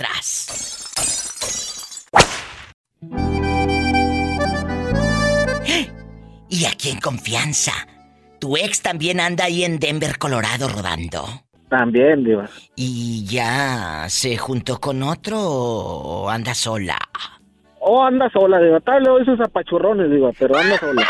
Y aquí en confianza, tu ex también anda ahí en Denver, Colorado, rodando. También, diva. ¿Y ya se juntó con otro o anda sola? Oh, anda sola, diva. Tal le doy sus apachurrones, diva, pero anda sola.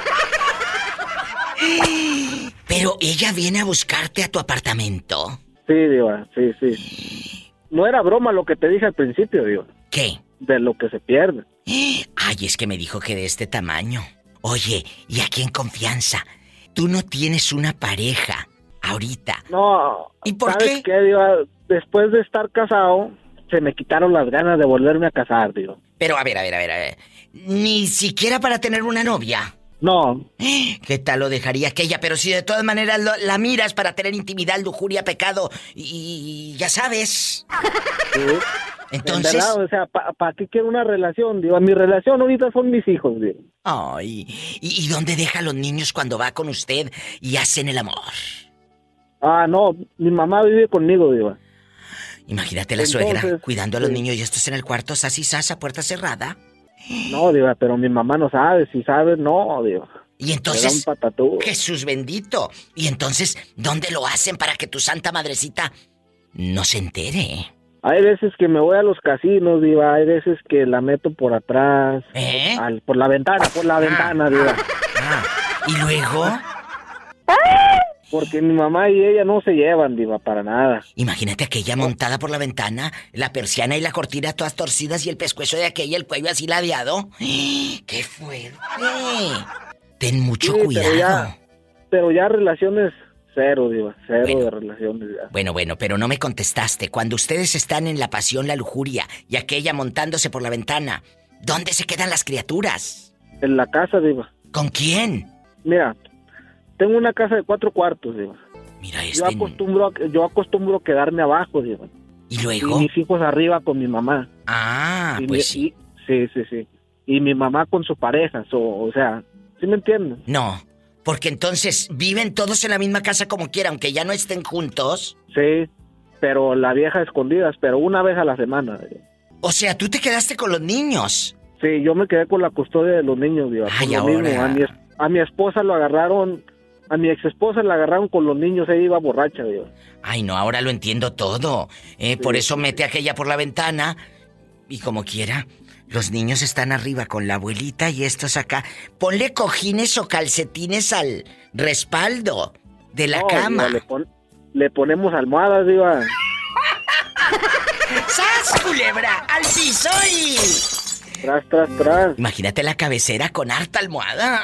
Pero ella viene a buscarte a tu apartamento. Sí, diva, sí. No era broma lo que te dije al principio, diva. ¿Qué? De lo que se pierde. Ay, es que me dijo que de este tamaño. Oye, y aquí en confianza, tú no tienes una pareja ahorita. No. ¿Y por ¿sabes qué, diva? Después de estar casado, se me quitaron las ganas de volverme a casar, diva. Pero a ver. Ni siquiera para tener una novia. No. ¿Qué tal lo dejaría aquella? Pero si de todas maneras la miras para tener intimidad, lujuria, pecado y ya sabes. Sí. Entonces... En verdad, o sea, ¿para qué quiero una relación? Digo, mi relación ahorita son mis hijos, digo. Ay, ¿y dónde deja a los niños cuando va con usted y hacen el amor? Ah, no, mi mamá vive conmigo, digo. Imagínate la suegra cuidando a los niños y estos en el cuarto, sasi, sasa, puerta cerrada. No, diva, pero mi mamá no sabe. Si sabe, no, diva. Y entonces, Jesús bendito. Y entonces, ¿dónde lo hacen para que tu santa madrecita no se entere? Hay veces que me voy a los casinos, diva. Hay veces que la meto por atrás. Por la ventana, diva. ¿Y luego? Porque mi mamá y ella no se llevan, diva, para nada. Imagínate aquella montada por la ventana, la persiana y la cortina todas torcidas y el pescuezo de aquella, el cuello así ladeado. ¡Qué fuerte! Ten mucho cuidado. Pero ya relaciones cero, diva. Cero de relaciones ya. Bueno, pero no me contestaste. Cuando ustedes están en la pasión, la lujuria y aquella montándose por la ventana, ¿dónde se quedan las criaturas? En la casa, diva. ¿Con quién? Mira, tengo una casa de 4 cuartos, diva. Mira, yo acostumbro quedarme abajo, diva. ¿Y luego? Y mis hijos arriba con mi mamá. Sí. Sí. Y mi mamá con su pareja, o sea, ¿sí me entienden? No, porque entonces viven todos en la misma casa como quiera, aunque ya no estén juntos. Sí, pero la vieja escondidas, pero una vez a la semana. Diva. O sea, ¿tú te quedaste con los niños? Sí, yo me quedé con la custodia de los niños, diva. Ay, ahora. Mismo. A mi esposa lo agarraron... A mi ex esposa la agarraron con los niños, ella iba borracha, dios. Ay, no, ahora lo entiendo todo. Sí. Por eso mete a aquella por la ventana. Y como quiera, los niños están arriba con la abuelita y estos acá. Ponle cojines o calcetines al respaldo de la cama. Diva, le ponemos almohadas, diva. ¡Sas, culebra! ¡Al piso y... Tras! Imagínate la cabecera con harta almohada.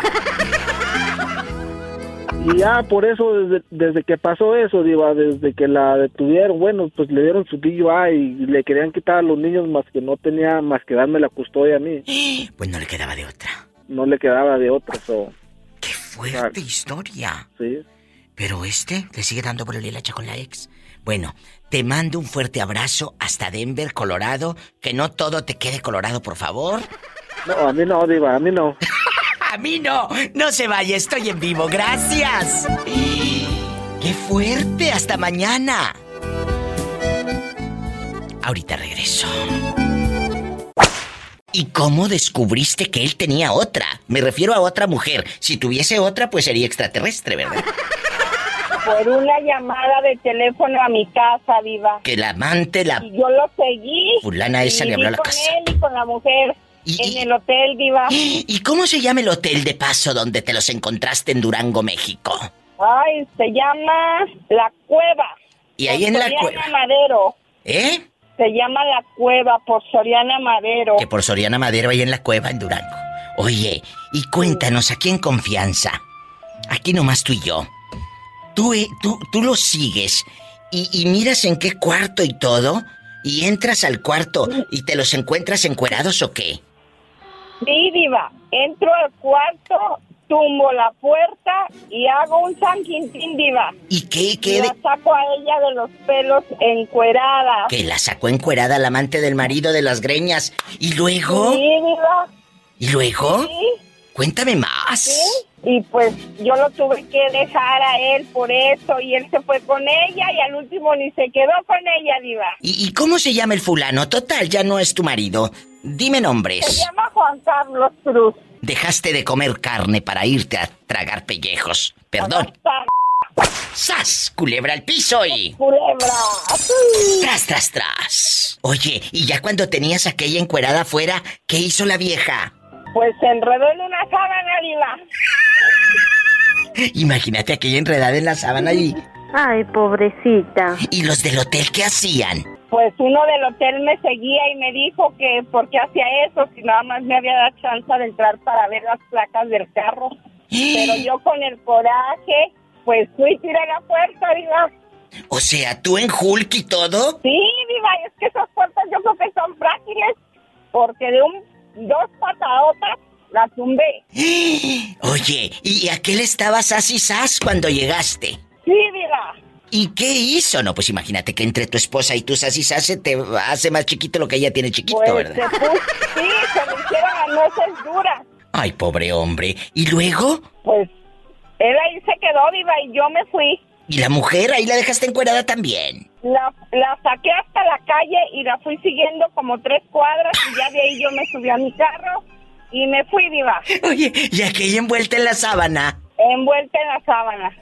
Y ya por eso, desde que pasó eso, diva, desde que la detuvieron, bueno, pues le dieron su DUI y le querían quitar a los niños, más que no tenía más que darme la custodia a mí. Pues no le quedaba de otra. No le quedaba de otra, ¡Qué fuerte historia! Sí. Pero le sigue dando por el hilacha con la ex. Bueno, te mando un fuerte abrazo hasta Denver, Colorado. Que no todo te quede colorado, por favor. No, a mí no, diva, a mí no. A mí no. No se vaya, estoy en vivo. Gracias. ¡Qué fuerte! Hasta mañana. Ahorita regreso. ¿Y cómo descubriste que él tenía otra? Me refiero a otra mujer. Si tuviese otra, pues sería extraterrestre, ¿verdad? Por una llamada de teléfono a mi casa, diva. Que la amante la... Y yo lo seguí. Fulana esa le habló a la casa. Con él y con la mujer. En el hotel, diva. ¿Y cómo se llama el hotel de paso donde te los encontraste en Durango, México? Ay, se llama La Cueva. Y ahí en La Cueva. Soriana Madero. Se llama La Cueva por Soriana Madero. Que por Soriana Madero, ahí en La Cueva, en Durango. Oye, y cuéntanos, aquí en confianza. Aquí nomás tú y yo. Tú lo sigues y miras en qué cuarto y todo. ¿Y entras al cuarto y te los encuentras encuerados o qué? Sí, diva. Entro al cuarto, tumbo la puerta y hago un San Quintín, diva. ¿Y qué? Y la saco a ella de los pelos encuerada. Que la sacó encuerada la amante del marido de las greñas. ¿Y luego? Sí, diva. ¿Y luego? Sí. Cuéntame más. ¿Sí? Y pues yo lo tuve que dejar a él por eso y él se fue con ella y al último ni se quedó con ella, diva. ¿Y cómo se llama el fulano? Total, ya no es tu marido. Dime nombres. Se llama Juan Carlos Cruz. Dejaste de comer carne para irte a tragar pellejos. Perdón. ¡Sas! Culebra al piso y... ¡Culebra! ¡Tras, tras, tras! Oye, y ya cuando tenías aquella encuerada afuera, ¿qué hizo la vieja? Pues se enredó en una sábana, diva. Imagínate aquella enredada en la sábana y... Ay, pobrecita. ¿Y los del hotel qué hacían? Pues uno del hotel me seguía y me dijo que por qué hacía eso, si nada más me había dado chance de entrar para ver las placas del carro. Pero yo con el coraje, pues fui y tiré la puerta, diva. O sea, ¿tú en Hulk y todo? Sí, diva, es que esas puertas yo creo que son frágiles, porque de dos patadotas la tumbé. Oye, ¿y a qué le estabas así sas cuando llegaste? Sí, diva. ¿Y qué hizo? No, pues imagínate que entre tu esposa y tú sas y sas se te hace más chiquito lo que ella tiene chiquito, pues ¿verdad? Sí, se me hicieron las nueces duras. Ay, pobre hombre. ¿Y luego? Pues él ahí se quedó, diva, y yo me fui. ¿Y la mujer ahí la dejaste encuerada también? La saqué hasta la calle y la fui siguiendo como 3 cuadras y ya de ahí yo me subí a mi carro y me fui, diva. Oye, ¿y aquella envuelta en la sábana? Envuelta en la sábana.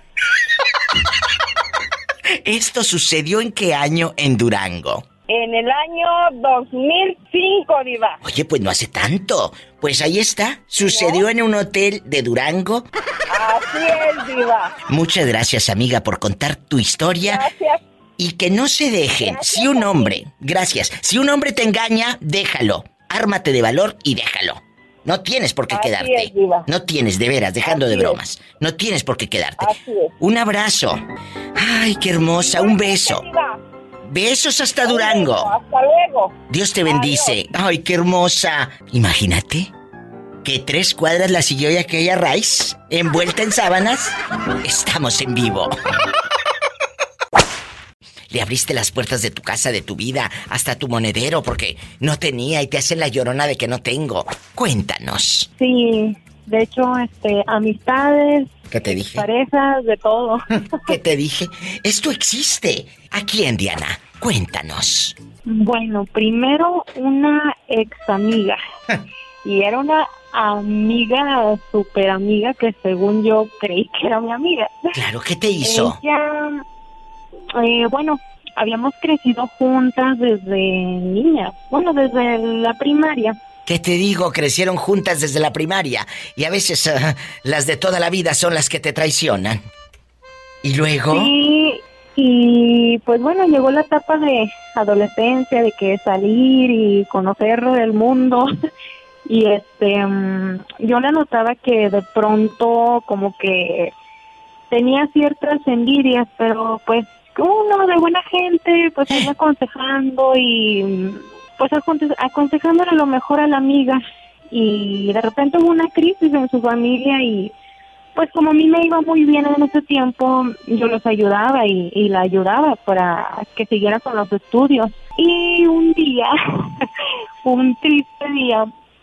¿Esto sucedió en qué año en Durango? En el año 2005, diva. Oye, pues no hace tanto. Pues ahí está. Sucedió en un hotel de Durango. Así es, diva. Muchas gracias, amiga, por contar tu historia. Gracias. Y que no se dejen. Si un hombre te engaña, déjalo. Ármate de valor y déjalo. No tienes por qué quedarte. Es, diva. No tienes, de veras, dejando Así de bromas. Es. No tienes por qué quedarte. Así es. Un abrazo. Ay, qué hermosa. Un beso. Besos hasta Durango. Hasta luego. Dios te bendice. Adiós. Ay, qué hermosa. Imagínate que 3 cuadras la siguió y aquella Rice, envuelta en sábanas. Estamos en vivo. Le abriste las puertas de tu casa, de tu vida, hasta tu monedero, porque no tenía y te hacen la llorona de que no tengo. Cuéntanos. Sí, de hecho, amistades. ¿Qué te dije? Parejas, de todo. ¿Qué te dije? Esto existe. ¿A quién, Diana? Cuéntanos. Bueno, primero una ex amiga. Y era una amiga, súper amiga, que según yo creí que era mi amiga. Claro, ¿qué te hizo? Ella, bueno, habíamos crecido juntas desde niñas. Bueno, desde la primaria. ¿Qué te digo? Crecieron juntas desde la primaria. Y a veces las de toda la vida son las que te traicionan. ¿Y luego? Sí, y pues bueno, llegó la etapa de adolescencia, de que salir y conocer el mundo. Y yo le notaba que de pronto como que tenía ciertas envidias, pero pues uno de buena gente, pues iba aconsejando y pues aconsejándole lo mejor a la amiga. Y de repente hubo una crisis en su familia y pues como a mí me iba muy bien en ese tiempo, yo los ayudaba y la ayudaba para que siguiera con los estudios. Y un día, un triste día,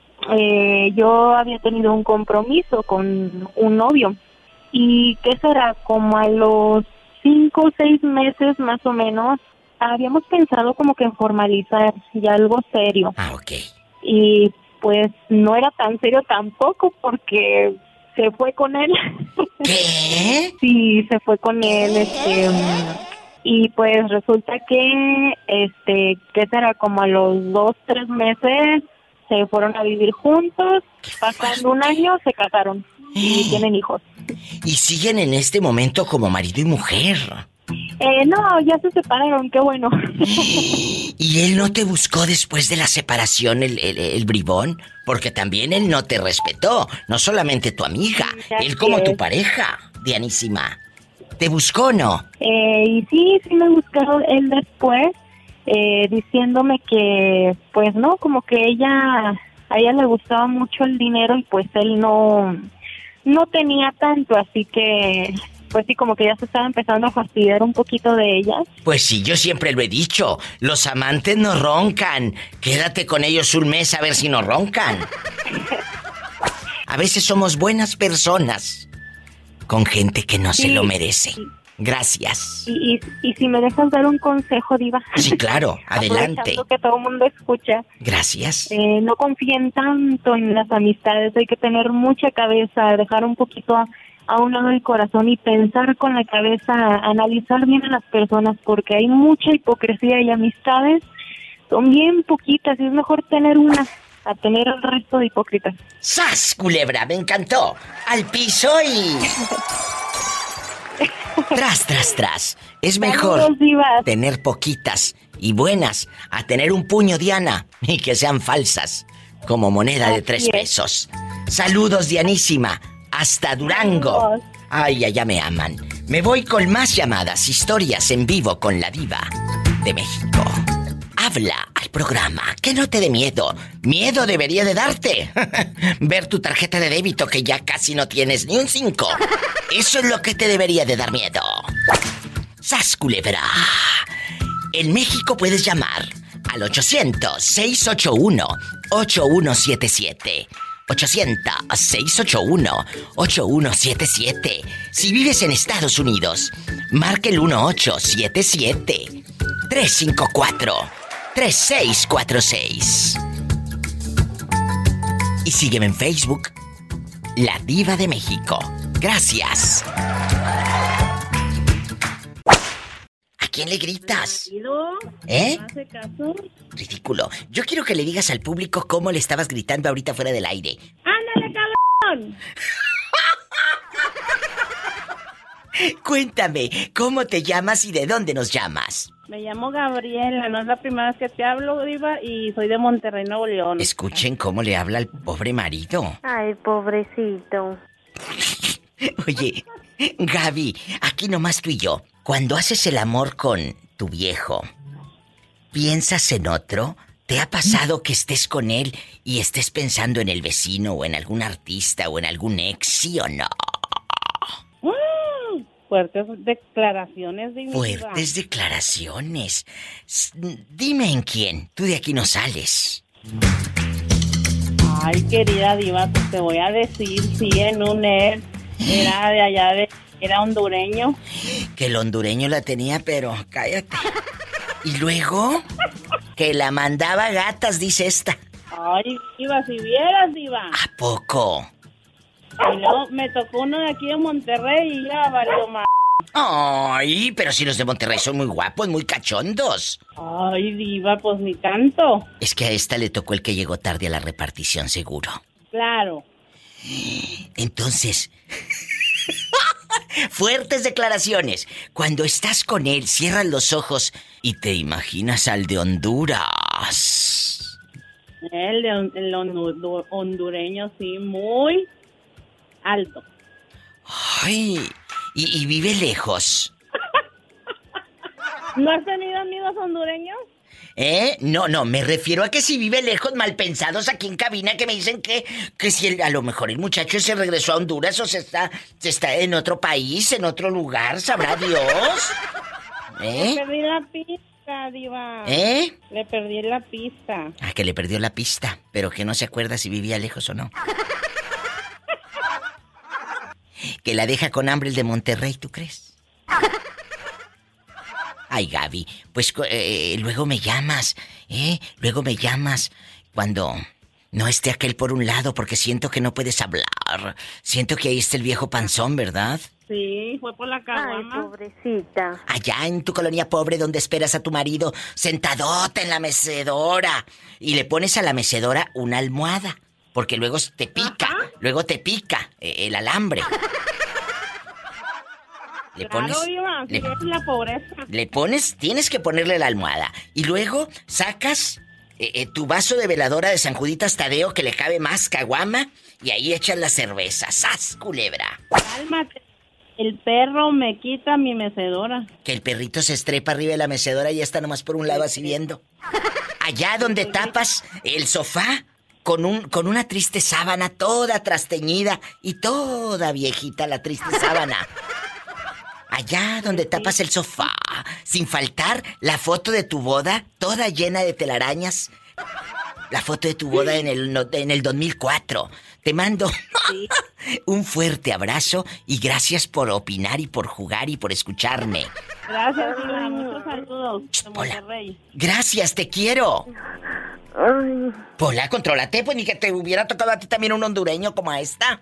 yo había tenido un compromiso con un novio. Y ¿qué será? Como a los 5 o 6 meses más o menos, habíamos pensado como que en formalizar ya algo serio. Ah, ok. Y pues no era tan serio tampoco porque se fue con él. ¿Qué? Sí, se fue con él, y pues resulta que, ¿qué será? Como a los 2, 3 meses se fueron a vivir juntos, pasando un año se casaron y tienen hijos. ¿Y siguen en este momento como marido y mujer? No, ya se separaron, qué bueno. ¿Y él no te buscó después de la separación, el bribón? Porque también él no te respetó, no solamente tu amiga, él como tu pareja, Dianísima. ¿Te buscó o no? Y sí me buscaron él después, diciéndome que, pues no, como que a ella le gustaba mucho el dinero y pues él no tenía tanto, así que pues sí, como que ya se estaba empezando a fastidiar un poquito de ella. Pues sí, yo siempre lo he dicho, los amantes no roncan. Quédate con ellos un mes a ver si no roncan. A veces somos buenas personas con gente que no se lo merece. Gracias. Y si me dejas dar un consejo, Diva. Sí, claro, adelante. Aprovechando que todo el mundo escucha. Gracias. No confíen tanto en las amistades, hay que tener mucha cabeza, dejar un poquito a un lado el corazón y pensar con la cabeza, analizar bien a las personas, porque hay mucha hipocresía y amistades son bien poquitas y es mejor tener una a tener el resto de hipócritas. ¡Sas, culebra! Me encantó. Al piso y... Tras. Es mejor tener poquitas y buenas a tener un puño, Diana, y que sean falsas, como moneda de 3 pesos. Saludos, Dianísima, hasta Durango. Ay, allá me aman. Me voy con más llamadas, historias en vivo con la Diva de México. Habla al programa, que no te dé miedo. Miedo debería de darte ver tu tarjeta de débito que ya casi no tienes ni un 5. Eso es lo que te debería de dar miedo. ¡Sas, culebra! En México puedes llamar al 800-681-8177. 800-681-8177. Si vives en Estados Unidos, marca el 1877-354-3646. Y sígueme en Facebook, La Diva de México. Gracias. ¿A quién le gritas? ¿Eh? ¿No hace caso? Ridículo. Yo quiero que le digas al público cómo le estabas gritando ahorita fuera del aire. ¡Ándale, cabrón! Cuéntame, ¿cómo te llamas y de dónde nos llamas? Me llamo Gabriela, no es la primera vez que te hablo, Diva, y soy de Monterrey, Nuevo León. Escuchen cómo le habla al pobre marido. Ay, pobrecito. Oye, Gaby, aquí nomás tú y yo. Cuando haces el amor con tu viejo, ¿piensas en otro? ¿Te ha pasado que estés con él y estés pensando en el vecino o en algún artista o en algún ex, sí o no? Fuertes declaraciones, Diva. Fuertes declaraciones. Dime en quién. Tú de aquí no sales. Ay, querida Diva, pues te voy a decir, sí, en un ex. Era de allá, era hondureño. Que el hondureño la tenía, pero cállate. ¿Y luego? Que la mandaba gatas, dice esta. Ay, Diva, si vieras, Diva. ¿A poco? Y luego me tocó uno de aquí de Monterrey y ya valió más. Ay, pero si los de Monterrey son muy guapos, muy cachondos. Ay, Diva, pues ni tanto. Es que a esta le tocó el que llegó tarde a la repartición, seguro. Claro. Entonces... Fuertes declaraciones. Cuando estás con él, cierras los ojos y te imaginas al de Honduras. El hondureño, sí, muy alto. Ay, y vive lejos. ¿No has tenido amigos hondureños? No, me refiero a que si vive lejos, mal pensados aquí en cabina que me dicen que si a lo mejor el muchacho se regresó a Honduras o se está en otro país, en otro lugar, sabrá Dios. Le perdí la pista, Diva. Le perdí la pista. Ah, que le perdió la pista, pero que no se acuerda si vivía lejos o no. Que la deja con hambre el de Monterrey, ¿tú crees? Ay, Gaby, pues luego me llamas, Luego me llamas cuando no esté aquel por un lado, porque siento que no puedes hablar. Siento que ahí está el viejo panzón, ¿verdad? Sí, fue por la caguama. Ay, pobrecita. Allá en tu colonia pobre donde esperas a tu marido sentadota en la mecedora y le pones a la mecedora una almohada, porque luego te pica, el alambre. Le pones, claro, Diva, es la pobreza. Le pones, tienes que ponerle la almohada. Y luego sacas tu vaso de veladora de San Juditas Tadeo que le cabe más caguama y ahí echas la cerveza. ¡Sas, culebra! Cálmate. El perro me quita mi mecedora. Que el perrito se estrepa arriba de la mecedora y ya está nomás por un lado así viendo. Allá donde tapas el sofá con una triste sábana toda trasteñida y toda viejita la triste sábana. Allá donde tapas el sofá, sin faltar la foto de tu boda, toda llena de telarañas. La foto de tu boda en el 2004. te mando un fuerte abrazo y gracias por opinar y por jugar y por escucharme. Gracias, Diva. Muchos saludos de Monterrey. Gracias, te quiero. Ay. Pola, contrólate, pues ni que te hubiera tocado a ti también un hondureño como a esta.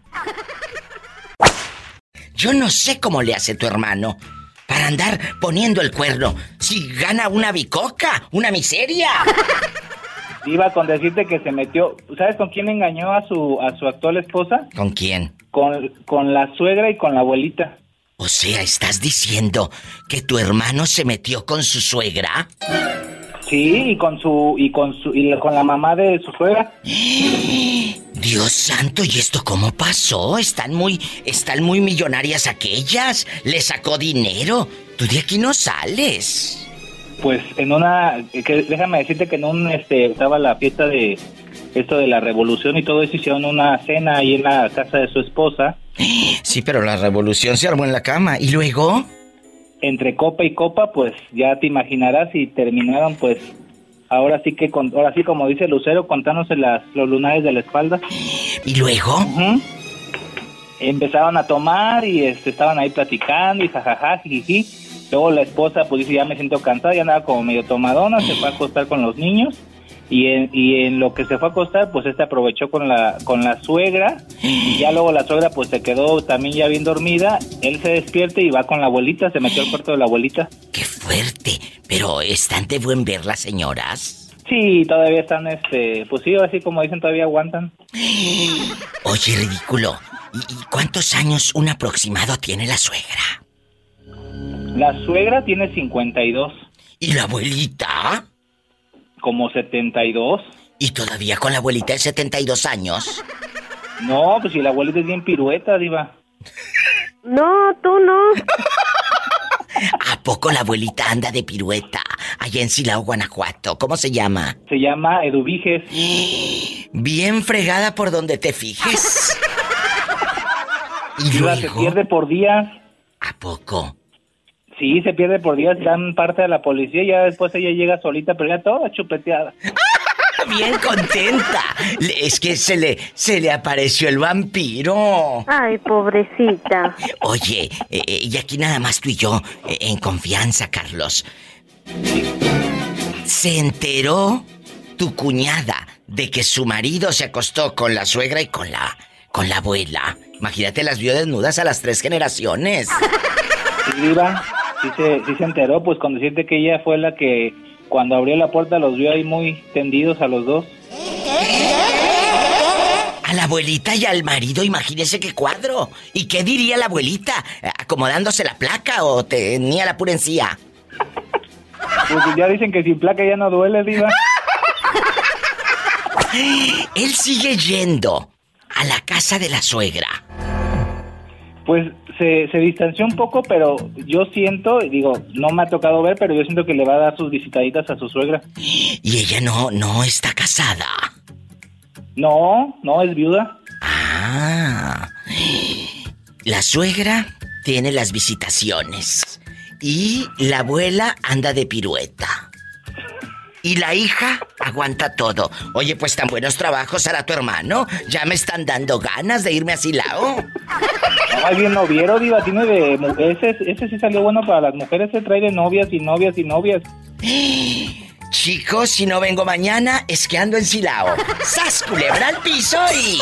Yo no sé cómo le hace tu hermano para andar poniendo el cuerno si gana una bicoca, una miseria. Iba con decirte que se metió... ¿Sabes con quién engañó a su actual esposa? ¿Con quién? Con la suegra y con la abuelita. O sea, ¿estás diciendo que tu hermano se metió con su suegra? Sí, y con la mamá de su suegra. Dios santo, ¿y esto cómo pasó? Están muy millonarias aquellas. Le sacó dinero. Tú de aquí no sales. Pues déjame decirte que estaba la fiesta de esto de la revolución y todo eso, hicieron una cena ahí en la casa de su esposa. Sí, pero la revolución se armó en la cama. ¿Y luego? Entre copa y copa, pues ya te imaginarás, y terminaron pues ahora sí como dice Lucero, contándose los lunares de la espalda. ¿Y luego? Uh-huh. Empezaron a tomar y estaban ahí platicando y jajaja, jiji. Luego la esposa pues dice, ya me siento cansada, ya andaba como medio tomadona, se fue a acostar con los niños. Y en lo que se fue a acostar, pues aprovechó con la suegra, y ya luego la suegra pues se quedó también ya bien dormida. Él se despierta y va con la abuelita, se metió al cuarto de la abuelita. ¡Qué fuerte! Pero ¿están de buen ver las señoras? Sí, todavía están, pues sí, así como dicen, todavía aguantan. Oye, ridículo, ¿y cuántos años un aproximado tiene la suegra? La suegra tiene 52. ¿Y la abuelita? Como 72. ¿Y todavía con la abuelita de 72 años? No, pues si la abuelita es bien pirueta, diva. No, tú no. ¿A poco la abuelita anda de pirueta? Allá en Silao, Guanajuato. ¿Cómo se llama? Se llama Eduviges. Bien fregada por donde te fijes. ¿Y diva, luego? Se pierde por días. ¿A poco? Sí, se pierde por días, dan parte a la policía y ya después ella llega solita, pero ya toda chupeteada. Bien contenta. Es que se le apareció el vampiro. Ay, pobrecita. Oye, y aquí nada más tú y yo, en confianza, Carlos. ¿Se enteró tu cuñada de que su marido se acostó con la suegra y con la abuela? Imagínate, las vio desnudas a las 3 generaciones. Sí, diva. Sí se enteró, pues con decirte que ella fue la que cuando abrió la puerta los vio ahí muy tendidos a los dos. A la abuelita y al marido, imagínese qué cuadro. ¿Y qué diría la abuelita? ¿Acomodándose la placa o tenía la pura encía? Pues ya dicen que sin placa ya no duele, diva. Él sigue yendo a la casa de la suegra. Pues se distanció un poco, pero yo siento, digo, no me ha tocado ver, pero yo siento que le va a dar sus visitaditas a su suegra. ¿Y ella no está casada? No, es viuda. Ah, la suegra tiene las visitaciones y la abuela anda de pirueta. Y la hija aguanta todo. Oye, pues tan buenos trabajos hará tu hermano. Ya me están dando ganas de irme a Silao. No, alguien noviero, diva, tiene ese sí salió bueno para las mujeres, se trae de novias y novias y novias. Chicos, si no vengo mañana, es que ando en Silao. ¡Sas, culebra al piso y...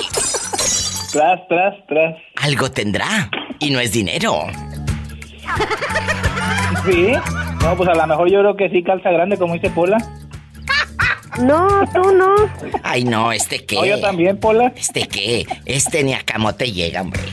Tras. Algo tendrá, y no es dinero. ¿Sí? No, pues a lo mejor yo creo que sí calza grande, como dice Pola. No, tú no. Ay, no, ¿este qué? No, yo también, Pola. ¿Este qué? Ni a camote llega, hombre.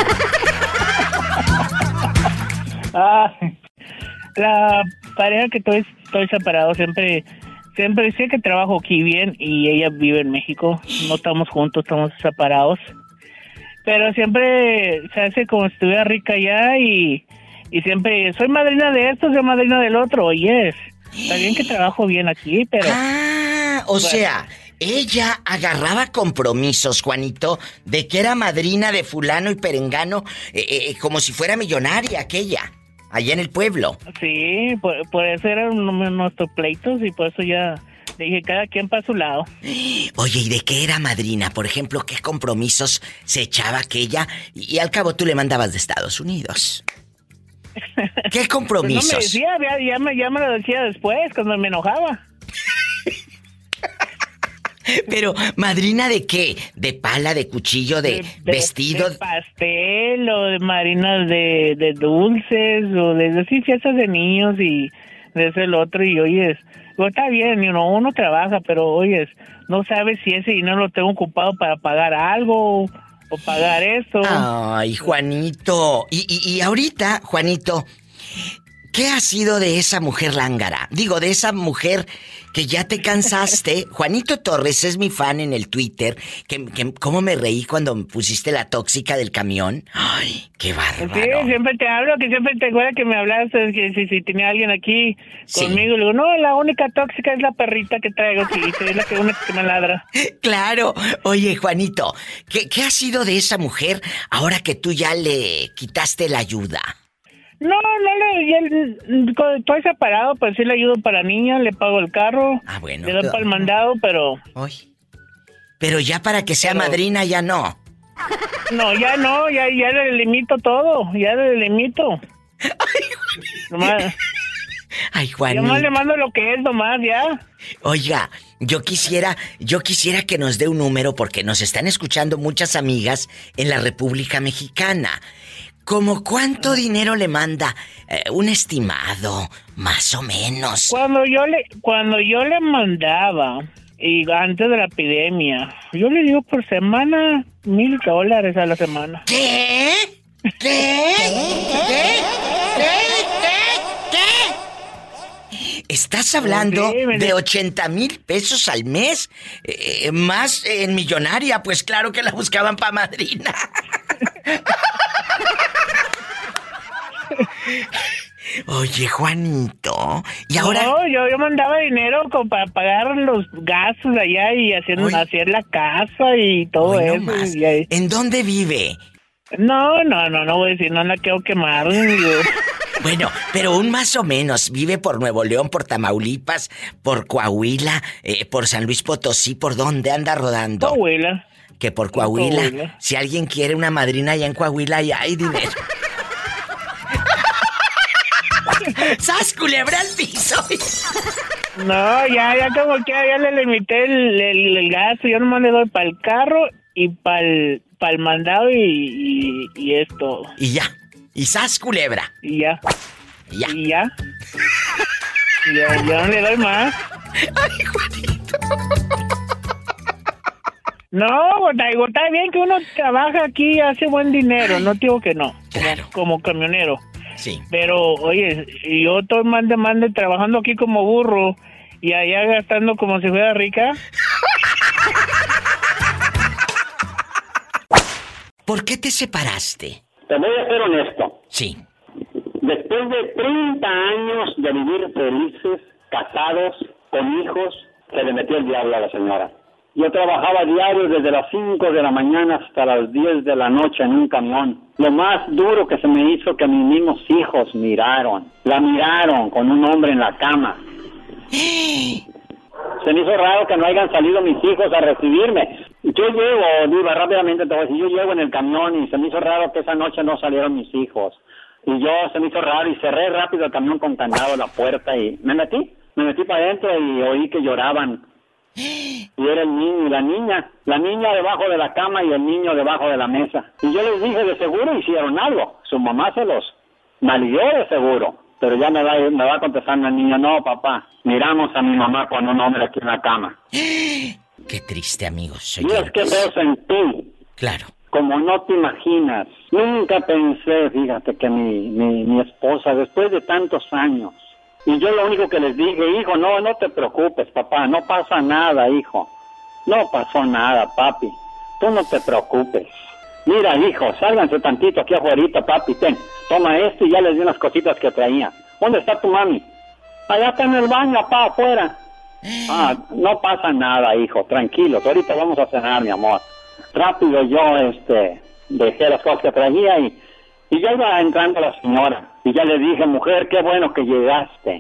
La pareja que estoy separado siempre sé que trabajo aquí bien y ella vive en México. No estamos juntos, estamos separados. Pero siempre se hace como si estuviera rica allá y siempre soy madrina de esto, soy madrina del otro. Oye, está bien que trabajo bien aquí, pero... O sea, ella agarraba compromisos, Juanito, de que era madrina de fulano y perengano, como si fuera millonaria aquella, allá en el pueblo. Sí, por eso eran nuestros pleitos y por eso ya Dije, cada quien para su lado. Oye, ¿y de qué era madrina? Por ejemplo, ¿qué compromisos se echaba aquella? Y al cabo tú le mandabas de Estados Unidos. ¿Qué compromisos? Pues no me decía, ya me lo decía después, cuando me enojaba. Pero, ¿madrina de qué? ¿De pala, de cuchillo, de vestido? De pastel, o de marinas de dulces, o de así, fiestas de niños y de eso el otro. Y oyes, está bien, uno trabaja, pero oyes, no sabes si ese dinero lo tengo ocupado para pagar algo o pagar esto. Ay, Juanito. Y ahorita, Juanito, ¿qué ha sido de esa mujer lángara? Digo, de esa mujer que ya te cansaste. Juanito Torres es mi fan en el Twitter. Que cómo me reí cuando me pusiste la tóxica del camión. Ay, qué bárbaro. Sí, siempre te hablo, que siempre te acuerdas que me hablaste, que si tenía alguien aquí conmigo. Le digo, no, la única tóxica es la perrita que traigo, sí, es la única que me ladra. Claro. Oye, Juanito, ¿qué ha sido de esa mujer ahora que tú ya le quitaste la ayuda? No, estoy separado, pues sí le ayudo para niña, le pago el carro. Ah, bueno. Le doy para el mandado, pero... Pero ya para que sea madrina, ya no. No, ya le limito todo, ya le limito. Nomás... Ay, Juanito. Yo más le mando lo que es, nomás, ya. Oiga, yo quisiera que nos dé un número porque nos están escuchando muchas amigas en la República Mexicana. ¿Cómo cuánto dinero le manda? Un estimado, más o menos. Cuando yo le mandaba, y antes de la epidemia, yo le digo por semana $1,000 a la semana. ¿Qué? ¿Estás hablando de 80,000 pesos al mes? Más en millonaria, pues claro que la buscaban pa' madrina. Oye, Juanito, y ahora... No, yo mandaba dinero para pagar los gastos allá y hacer la casa y todo eso. ¿En dónde vive? No voy a decir, no la quiero quemar. Bueno, pero un más o menos. Vive por Nuevo León, por Tamaulipas, por Coahuila, por San Luis Potosí. ¿Por dónde anda rodando? Coahuila. Que por Coahuila. Si alguien quiere una madrina allá en Coahuila, ya hay dinero. ¡Sas, culebra al piso! No, ya como que ya le limité el gasto. Yo nomás le doy para el carro y para el mandado y esto. Y ya. Y sas, culebra. Y ya. Ya no le doy más. Ay, Juanito. No, está bien que uno trabaja aquí y hace buen dinero. No digo que no. Claro. Como camionero. Sí. Pero, oye, yo estoy mande trabajando aquí como burro y allá gastando como si fuera rica. ¿Por qué te separaste? Te voy a ser honesto. Sí. Después de 30 años de vivir felices, casados, con hijos, se le metió el diablo a la señora. Yo trabajaba diario desde las 5 de la mañana hasta las 10 de la noche en un camión. Lo más duro que se me hizo que mis mismos hijos la miraron con un hombre en la cama. Se me hizo raro que no hayan salido mis hijos a recibirme. Yo llego, Diva, rápidamente te voy a decir, yo llego en el camión y se me hizo raro que esa noche no salieron mis hijos. Y se me hizo raro y cerré rápido el camión con candado la puerta y me metí para adentro y oí que lloraban. Y era el niño y la niña debajo de la cama y el niño debajo de la mesa. Y yo les dije, de seguro hicieron algo, su mamá se los maliguió de seguro. Pero ya me va contestando el niño, no, papá, miramos a mi mamá con un hombre aquí en la cama. Qué triste, amigos. Y es que veo sentí. Claro. Como no te imaginas. Nunca pensé, fíjate, que mi esposa, después de tantos años, y yo lo único que les dije, hijo, no te preocupes, papá, no pasa nada, hijo. No pasó nada, papi. Tú no te preocupes. Mira, hijo, sálganse tantito aquí afuera, papi, toma esto y ya les di unas cositas que traía. ¿Dónde está tu mami? Allá está en el baño, papá, afuera. No pasa nada, hijo, tranquilo, ahorita vamos a cenar, mi amor. Rápido yo, dejé las cosas que traía y ya iba entrando la señora. Y ya le dije, mujer, qué bueno que llegaste.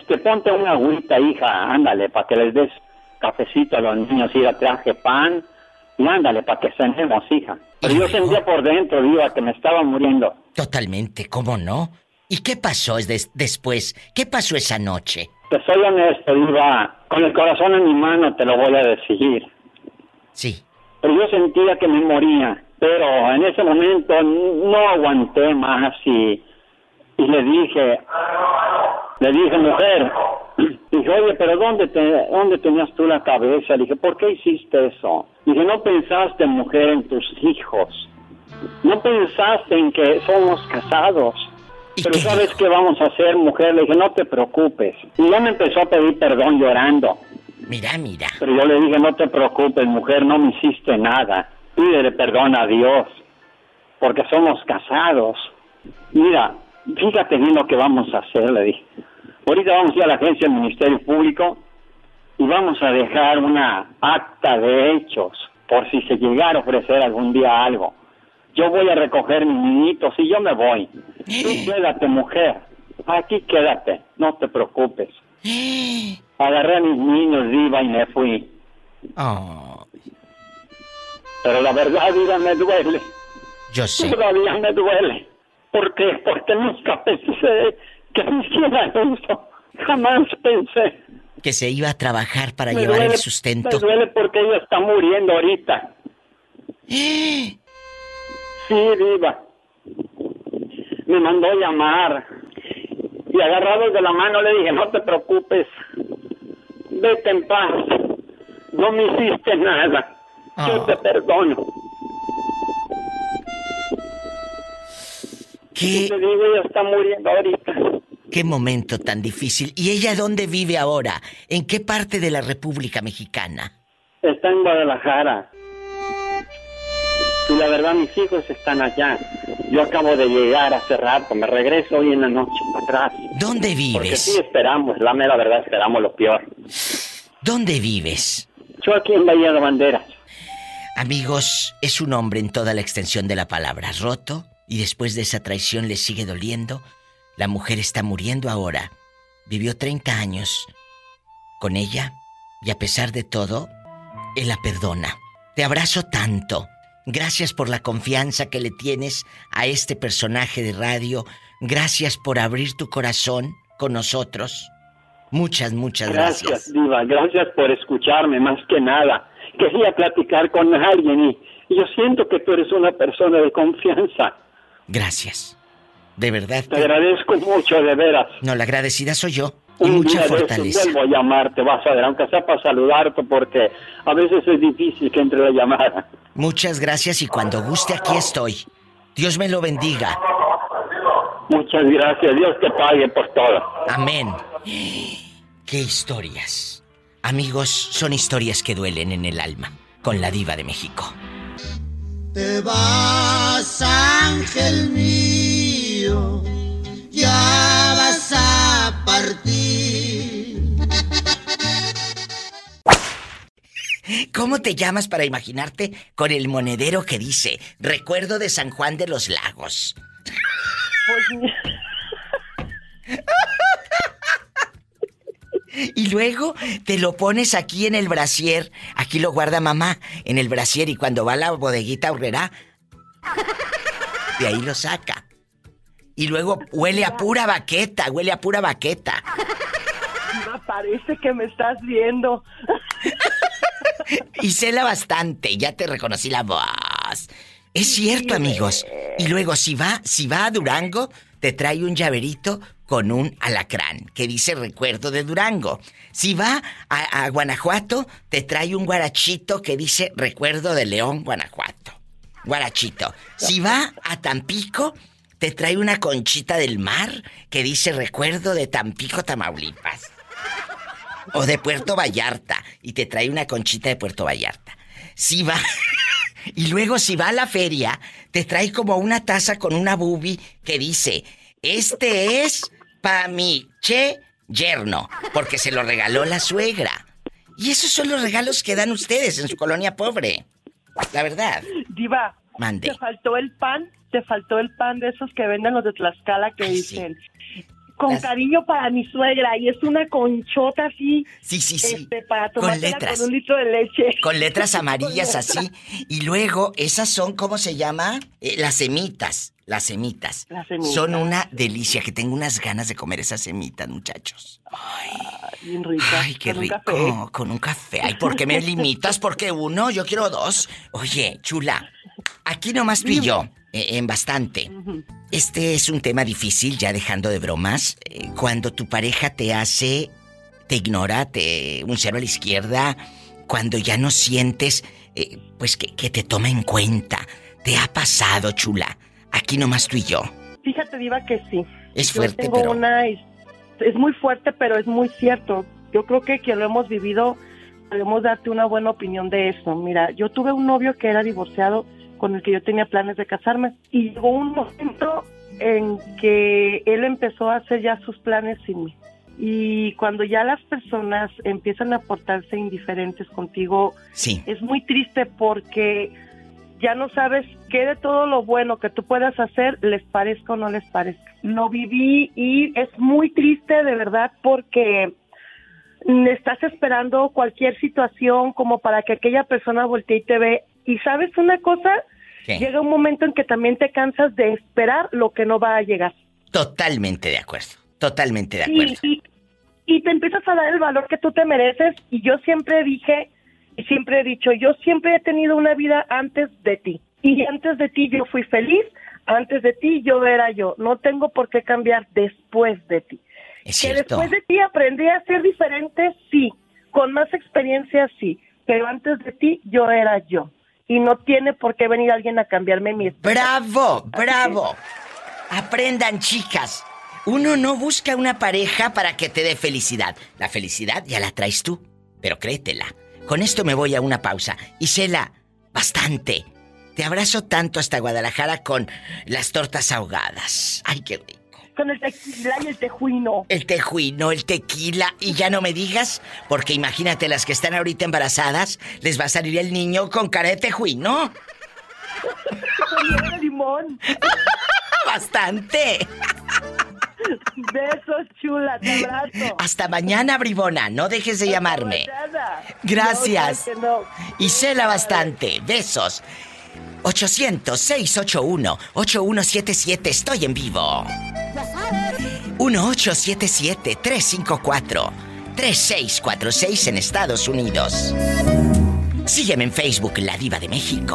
ponte una agüita, hija, ándale, para que les des cafecito a los niños, y traje pan, y ándale, para que cenemos, hija. Pero yo sentía por dentro, Diva, que me estaba muriendo. Totalmente, ¿cómo no? ¿Y qué pasó después? ¿Qué pasó esa noche? Te soy honesto, Diva, con el corazón en mi mano te lo voy a decir. Sí. Pero yo sentía que me moría, pero en ese momento no aguanté más y le dije, mujer, dije, oye, pero ¿dónde tenías tú la cabeza? Le dije, ¿por qué hiciste eso? Dije, no pensaste, mujer, en tus hijos, no pensaste en que somos casados. Pero ¿sabes qué vamos a hacer, mujer? Le dije, no te preocupes. Y ya me empezó a pedir perdón llorando. Mira. Pero yo le dije, no te preocupes, mujer, no me hiciste nada. Pídele perdón a Dios, porque somos casados. Mira, fíjate bien lo que vamos a hacer, le dije. Ahorita vamos a ir a la agencia del Ministerio Público y vamos a dejar una acta de hechos por si se llegara a ofrecer algún día algo. Yo voy a recoger mis niñitos y yo me voy. Tú quédate, mujer. Aquí quédate, no te preocupes. Agarré a mis niños, Diva, y me fui. Oh. Pero la verdad, Diva, me duele. Yo sé. Todavía me duele. ¿Por qué? Porque nunca pensé que me hiciera eso. Jamás pensé. Que se iba a trabajar para llevar el sustento. Me duele porque ella está muriendo ahorita. Sí, Diva. Me mandó llamar. Y agarrado de la mano le dije, no te preocupes. Vete en paz. No me hiciste nada. Yo te perdono. ¿Qué? Te digo, ella está muriendo ahorita. Qué momento tan difícil. ¿Y ella dónde vive ahora? ¿En qué parte de la República Mexicana? Está en Guadalajara. Y la verdad, mis hijos están allá. Yo acabo de llegar hace rato. Me regreso hoy en la noche para atrás. ¿Dónde vives? Porque sí esperamos, la mera verdad, esperamos lo peor. ¿Dónde vives? Yo aquí en Bahía de Banderas. Amigos, es un hombre en toda la extensión de la palabra, roto, y después de esa traición le sigue doliendo. La mujer está muriendo ahora. Vivió 30 años con ella y a pesar de todo, él la perdona. Te abrazo tanto. Gracias por la confianza que le tienes a este personaje de radio. Gracias por abrir tu corazón con nosotros. Muchas gracias. Gracias, Diva. Gracias por escucharme, más que nada. Quería platicar con alguien y yo siento que tú eres una persona de confianza. Gracias. De verdad. Te agradezco mucho, de veras. No, la agradecida soy yo. Y mucha fortaleza. Vuelvo a llamarte, vas a ver, aunque sea para saludarte, porque a veces es difícil que entre la llamada. Muchas gracias y cuando guste aquí estoy. Dios me lo bendiga. Muchas gracias, Dios te pague por todo. Amén. ¡Qué historias! Amigos, son historias que duelen en el alma. Con la Diva de México. Te vas, ángel mío, ya vas a partir. ¿Cómo te llamas para imaginarte con el monedero que dice Recuerdo de San Juan de los Lagos? Pues... Y luego te lo pones aquí en el brasier. Aquí lo guarda mamá, en el brasier. Y cuando va a la bodeguita Aurrera, de ahí lo saca. Y luego huele a pura baqueta, Parece que me estás viendo. Y cela bastante, ya te reconocí la voz. Es cierto, amigos. Y luego si va a Durango, te trae un llaverito con un alacrán que dice Recuerdo de Durango. Si va a Guanajuato, te trae un guarachito que dice Recuerdo de León, Guanajuato. Guarachito. Si va a Tampico, te trae una conchita del mar que dice Recuerdo de Tampico, Tamaulipas. O de Puerto Vallarta y te trae una conchita de Puerto Vallarta. Si va... Y luego si va a la feria, te trae como una taza con una bubi que dice, este es pa' mi yerno, porque se lo regaló la suegra. Y esos son los regalos que dan ustedes en su colonia pobre. La verdad. Diva, mande. Te faltó el pan de esos que venden los de Tlaxcala que dicen... Sí. con cariño para mi suegra, y es una conchota así. Sí. Para con letras. Con 1 litro de leche. Con letras amarillas así. Y luego, esas son, ¿cómo se llama? Las semitas. Las semitas. Son una delicia, que tengo unas ganas de comer esas semitas, muchachos. Bien rica. Ay, qué rico. Con un café. Ay, ¿por qué me limitas? ¿Por qué uno? Yo quiero 2. Oye, chula, aquí nomás tú y yo, en bastante. Este es un tema difícil, ya dejando de bromas. Cuando tu pareja te ignora, un cero a la izquierda, cuando ya no sientes, pues que te toma en cuenta. ¿Te ha pasado, chula? Aquí nomás tú y yo. Fíjate, Diva, que sí. Es fuerte, pero... Es muy fuerte, pero es muy cierto. Yo creo que lo hemos vivido, podemos darte una buena opinión de eso. Mira, yo tuve un novio que era divorciado, con el que yo tenía planes de casarme, y llegó un momento en que él empezó a hacer ya sus planes sin mí. Y cuando ya las personas empiezan a portarse indiferentes contigo, sí, es muy triste, porque ya no sabes qué de todo lo bueno que tú puedas hacer les parezca o no les parezca. Lo viví y es muy triste, de verdad, porque estás esperando cualquier situación como para que aquella persona voltee y te ve. Y ¿sabes una cosa? ¿Qué? Llega un momento en que también te cansas de esperar lo que no va a llegar. Totalmente de acuerdo. Totalmente de acuerdo. Y te empiezas a dar el valor que tú te mereces. Y yo siempre dije... Y siempre he dicho, yo siempre he tenido una vida antes de ti. Y antes de ti yo fui feliz, antes de ti yo era yo. No tengo por qué cambiar después de ti. Es cierto. Que después de ti aprendí a ser diferente, sí. Con más experiencia, sí. Pero antes de ti yo era yo. Y no tiene por qué venir alguien a cambiarme mi esperanza. ¡Bravo! Aprendan, chicas. Uno no busca una pareja para que te dé felicidad. La felicidad ya la traes tú, pero créetela. Con esto me voy a una pausa. Isela, bastante. Te abrazo tanto hasta Guadalajara con las tortas ahogadas. Ay, qué rico. Con el tequila y el tejuino. El tejuino, el tequila. Y ya no me digas, porque imagínate, las que están ahorita embarazadas, les va a salir el niño con cara de tejuino. Con limón. Bastante. Besos, chula, te abrazo. Hasta mañana, bribona. No dejes de llamarme. Gracias. No. Isela, bastante. Besos. 800-681-8177. Estoy en vivo. 1877-354-3646 en Estados Unidos. Sígueme en Facebook, La Diva de México.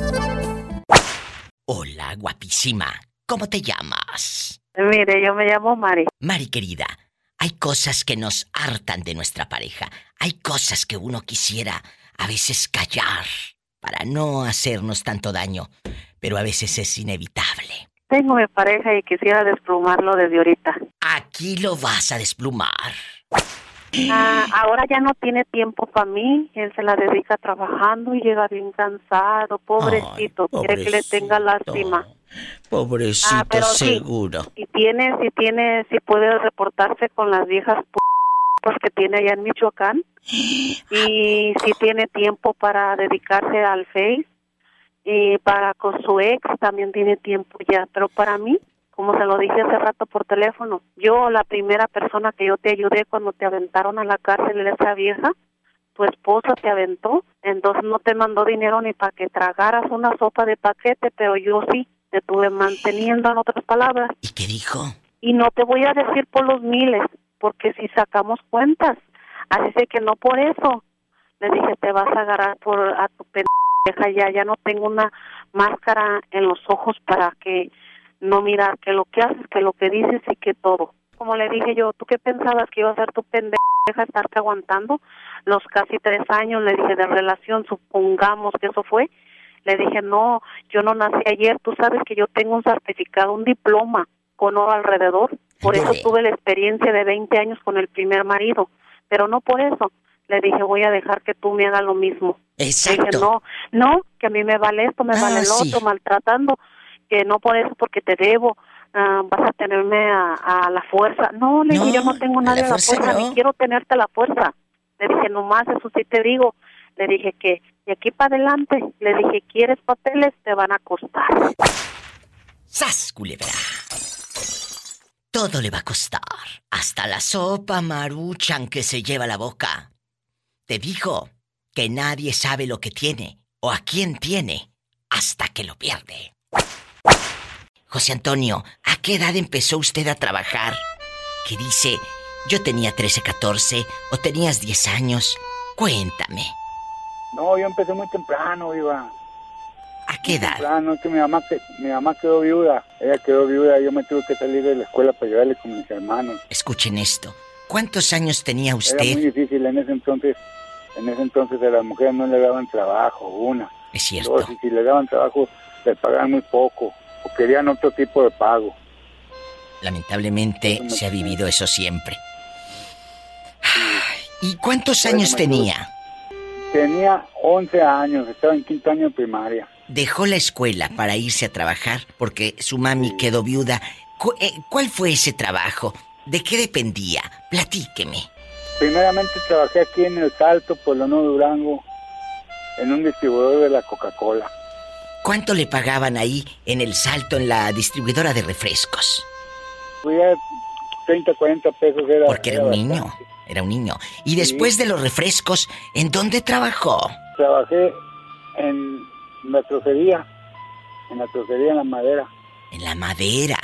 Hola, guapísima. ¿Cómo te llamas? Mire, yo me llamo Mari. Mari, querida, hay cosas que nos hartan de nuestra pareja. Hay cosas que uno quisiera a veces callar para no hacernos tanto daño, pero a veces es inevitable. Tengo mi pareja y quisiera desplumarlo desde ahorita. Aquí lo vas a desplumar. Ahora ya no tiene tiempo para mí. Él se la dedica trabajando y llega bien cansado. Pobrecito, Ay, quiere que le tenga lástima. Pobrecito, pero seguro. Sí, si puede reportarse con las viejas pues que tiene allá en Michoacán. Y si tiene tiempo para dedicarse al Face. Y con su ex también tiene tiempo ya. Pero para mí, como se lo dije hace rato por teléfono, yo, la primera persona que yo te ayudé cuando te aventaron a la cárcel, esa vieja, tu esposa te aventó, entonces no te mandó dinero ni para que tragaras una sopa de paquete, pero yo sí, te estuve manteniendo, en otras palabras. ¿Y qué dijo? Y no te voy a decir por los miles, porque si sacamos cuentas, así sé que no por eso. Le dije, te vas a agarrar a tu pendeja, ya no tengo una máscara en los ojos para que no mirar que lo que haces, que lo que dices y que todo. Como le dije yo, ¿tú qué pensabas que iba a ser tu pendeja estarte aguantando los casi 3 años? Le dije, de relación, supongamos que eso fue. Le dije, no, yo no nací ayer, tú sabes que yo tengo un certificado, un diploma con oro alrededor. Por eso tuve la experiencia de 20 años con el primer marido, pero no por eso. Le dije, voy a dejar que tú me hagas lo mismo. Exacto. Le dije, no, que a mí me vale esto, me vale lo otro, maltratando, que no por eso, porque te debo, vas a tenerme a la fuerza. No, le dije, yo no tengo nada de la fuerza, ni quiero tenerte a la fuerza. Le dije, nomás, eso sí te digo. Le dije que de aquí para adelante, le dije, ¿quieres papeles? Te van a costar. ¡Sas, culebra! todo le va a costar. Hasta la sopa Maruchan que se lleva a la boca. Te digo que nadie sabe lo que tiene o a quién tiene hasta que lo pierde. José Antonio, ¿a qué edad empezó usted a trabajar? Que dice, yo tenía 13, 14 o tenías 10 años. Cuéntame. No, yo empecé muy temprano, Iba. ¿A qué edad? Temprano, es que mi mamá quedó viuda. Ella quedó viuda y yo me tuve que salir de la escuela para ayudarle con mis hermanos. Escuchen esto. ¿Cuántos años tenía usted? Era muy difícil en ese entonces. En ese entonces a las mujeres no le daban trabajo, una. Es cierto. Dos, y si le daban trabajo, le pagaban muy poco. O querían otro tipo de pago. Lamentablemente se ha vivido eso siempre. ¿Y cuántos años tenía? Tenía 11 años, estaba en quinto año de primaria. Dejó la escuela para irse a trabajar porque su mami quedó viuda. ¿Cuál fue ese trabajo? ¿De qué dependía? Platíqueme. Primeramente trabajé aquí en El Salto, Pueblo Nuevo, Durango, en un distribuidor de la Coca-Cola. ¿Cuánto le pagaban ahí en El Salto, en la distribuidora de refrescos? Fui a 30, 40 pesos. Porque era un niño, era un niño. Y después de los refrescos, ¿en dónde trabajó? Trabajé en la trocería, en la madera. En la madera.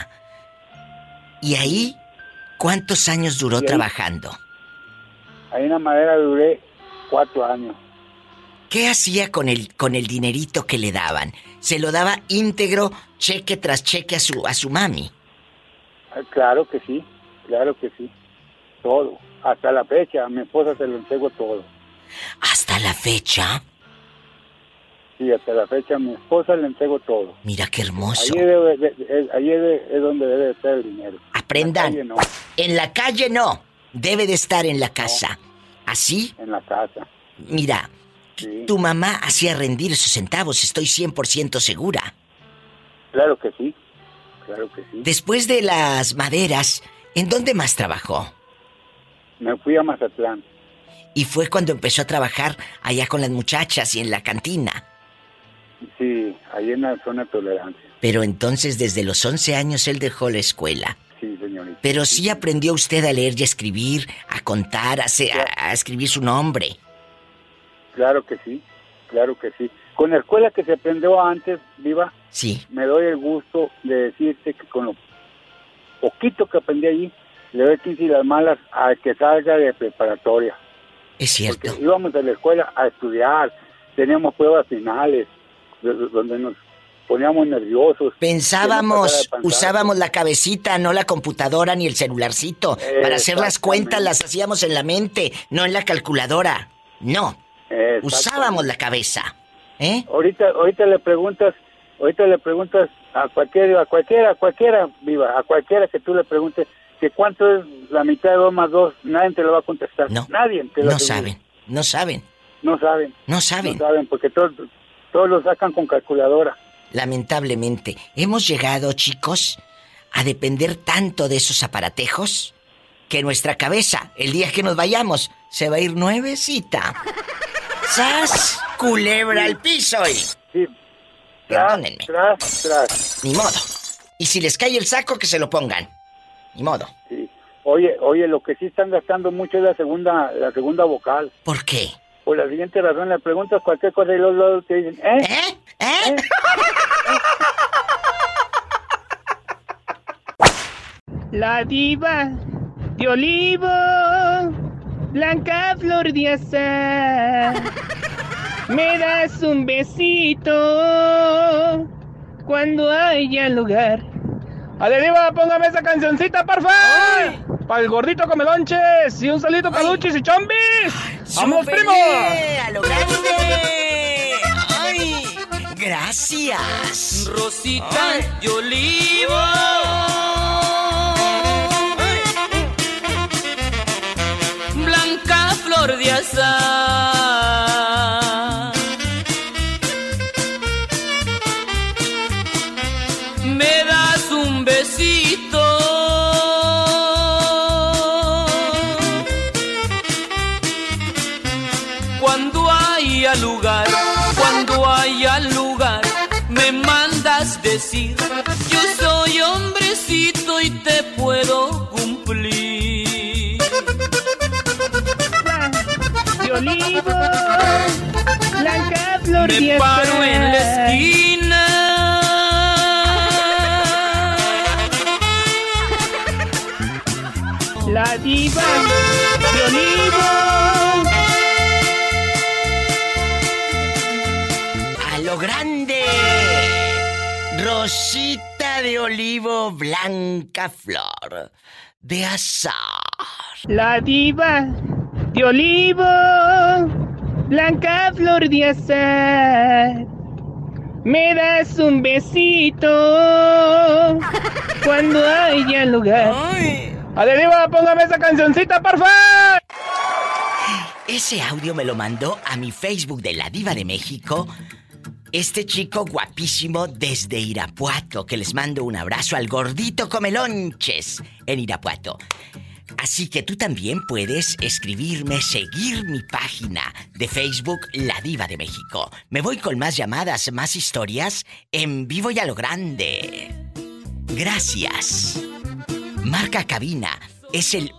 ¿Y ahí cuántos años duró trabajando? Ahí en la madera duré 4 años. ¿Qué hacía con el dinerito que le daban? ¿Se lo daba íntegro, cheque tras cheque a su mami? Claro que sí. Todo. Hasta la fecha, a mi esposa se lo entrego todo. ¿Hasta la fecha? Sí, hasta la fecha a mi esposa le entrego todo. Mira qué hermoso. Ahí es donde debe estar el dinero. Aprendan. En la calle no. En la calle no. Debe de estar en la casa. No. ¿Así? En la casa. Mira, sí. Tu mamá hacía rendir esos centavos, estoy 100% segura. Claro que sí. Después de las maderas, ¿en dónde más trabajó? Me fui a Mazatlán. Y fue cuando empezó a trabajar allá con las muchachas y en la cantina. Sí, ahí en la zona de tolerancia. Pero entonces desde los 11 años él dejó la escuela. Sí, señorita. Pero sí aprendió usted a leer y a escribir, a contar, a escribir su nombre. Claro que sí. Con la escuela que se aprendió antes, Viva, sí. Me doy el gusto de decirte que con lo poquito que aprendí allí, le doy 15 y las malas a que salga de preparatoria. Es cierto. Porque íbamos a la escuela a estudiar, teníamos pruebas finales, donde nos poníamos nerviosos. Pensábamos, usábamos la cabecita, no la computadora ni el celularcito. Para hacer las cuentas las hacíamos en la mente, no en la calculadora. No, usábamos la cabeza. Ahorita le preguntas a cualquiera, Viva, a cualquiera que tú le preguntes que cuánto es la mitad de 2 más 2, nadie te lo va a contestar. No, nadie te lo No saben, porque todos lo sacan con calculadora. Lamentablemente, hemos llegado, chicos, a depender tanto de esos aparatejos que nuestra cabeza, el día que nos vayamos, se va a ir nuevecita. ¡Sas! Culebra al piso y... Sí. Perdónenme. Tras. Ni modo. Y si les cae el saco, que se lo pongan. Ni modo. Sí. Oye, lo que sí están gastando mucho es la segunda vocal. ¿Por qué? Por la siguiente razón, le preguntas cualquier cosa y luego te dicen, ¿Eh? La diva de Olivo, Blanca Flor de Azahar, me das un besito cuando haya lugar. ¡Ale, diva, póngame esa cancioncita, porfa! Para el gordito come lonches y un salito para Luchis y Chombis. ¡Vamos, primo! ¡A lo grande! ¡Ay! ¡Gracias! Rosita de Olivo. Blanca Flor de Azahar, me das un besito cuando haya lugar me mandas decir, yo soy hombrecito y te puedo cumplir. De olivo, blanca flor me paro en la esquina. La diva de olivo. ¡A lo grande! Rosita de olivo, blanca flor de azar. La diva de olivo, blanca flor de azar. Me das un besito cuando haya lugar. Diva, póngame esa cancioncita, por favor. Ese audio me lo mandó a mi Facebook de La Diva de México. Este chico guapísimo desde Irapuato, que les mando un abrazo al gordito Comelonches en Irapuato. Así que tú también puedes escribirme, seguir mi página de Facebook La Diva de México. Me voy con más llamadas, más historias, en vivo y a lo grande. Gracias. Marca cabina es el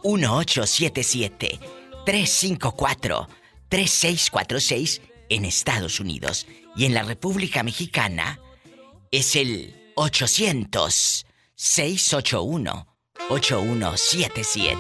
1877-354-3646 en Estados Unidos. Y en la República Mexicana es el 800-681-8177.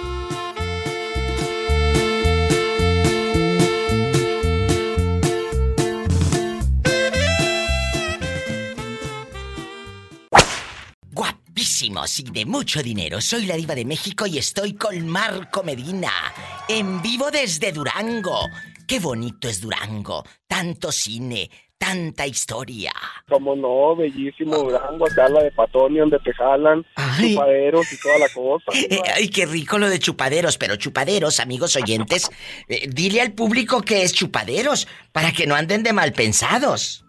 Guapísimos y de mucho dinero. Soy la Diva de México y estoy con Marco Medina, en vivo desde Durango. ¡Qué bonito es Durango! Tanto cine, tanta historia. Como no, bellísimo Durango, acá la de Patoni, donde te jalan, chupaderos y toda la cosa. Ay, qué rico lo de chupaderos, pero chupaderos, amigos oyentes, dile al público que es chupaderos, para que no anden de mal pensados.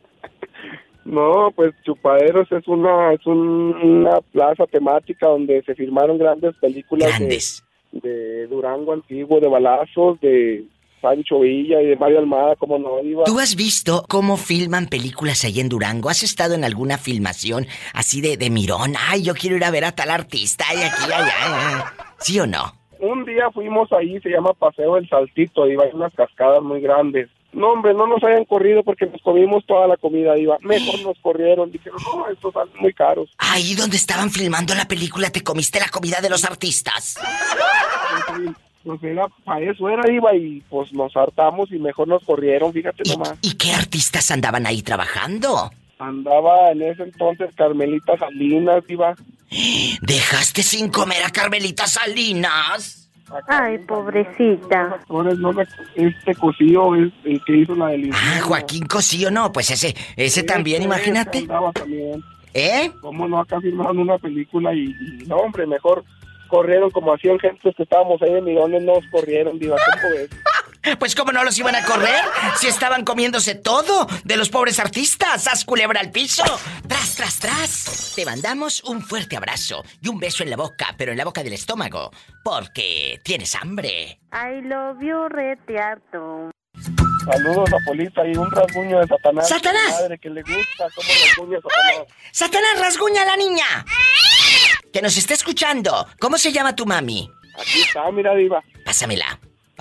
No, pues Chupaderos es una plaza temática donde se filmaron grandes películas de Durango antiguo, de balazos, de Pancho Villa y de Mario Almada, como no iba. ¿Tú has visto cómo filman películas ahí en Durango? ¿Has estado en alguna filmación así de mirón? Ay, yo quiero ir a ver a tal artista y aquí, allá. ¿Sí o no? Un día fuimos ahí, se llama Paseo del Saltito, iba, hay unas cascadas muy grandes. No, hombre, no nos hayan corrido porque nos comimos toda la comida, iba. Mejor nos corrieron, dijeron, no, estos salen muy caros. Ahí donde estaban filmando la película, ¿te comiste la comida de los artistas? Pues era, para eso era, iba, y pues nos hartamos y mejor nos corrieron, fíjate nomás. ¿Y qué artistas andaban ahí trabajando? Andaba en ese entonces Carmelita Salinas, iba. ¿Dejaste sin comer a Carmelita Salinas? Ay, pobrecita. Ahora no, Cosío es el que hizo la del infierno. Ah, Joaquín Cosío, no, pues ese también, imagínate. Andaba también. ¿Eh? ¿Cómo no? Acá filmaron una película y no, hombre, mejor corrieron como hacían gente que estábamos ahí de mirones, nos corrieron, diva, ¿cómo ves? Pues cómo no los iban a correr si estaban comiéndose todo de los pobres artistas. ¡Haz culebra al piso! ¡Tras, tras, tras! Te mandamos un fuerte abrazo y un beso en la boca, pero en la boca del estómago, porque tienes hambre. I love you, retearto. Saludos a Polita y un rasguño de Satanás. ¡Satanás! Madre que le gusta cómo rasguña Satanás. ¡Satanás, rasguña a la niña! Que nos está escuchando. ¿Cómo se llama tu mami? Aquí está, mira, diva. Pásamela.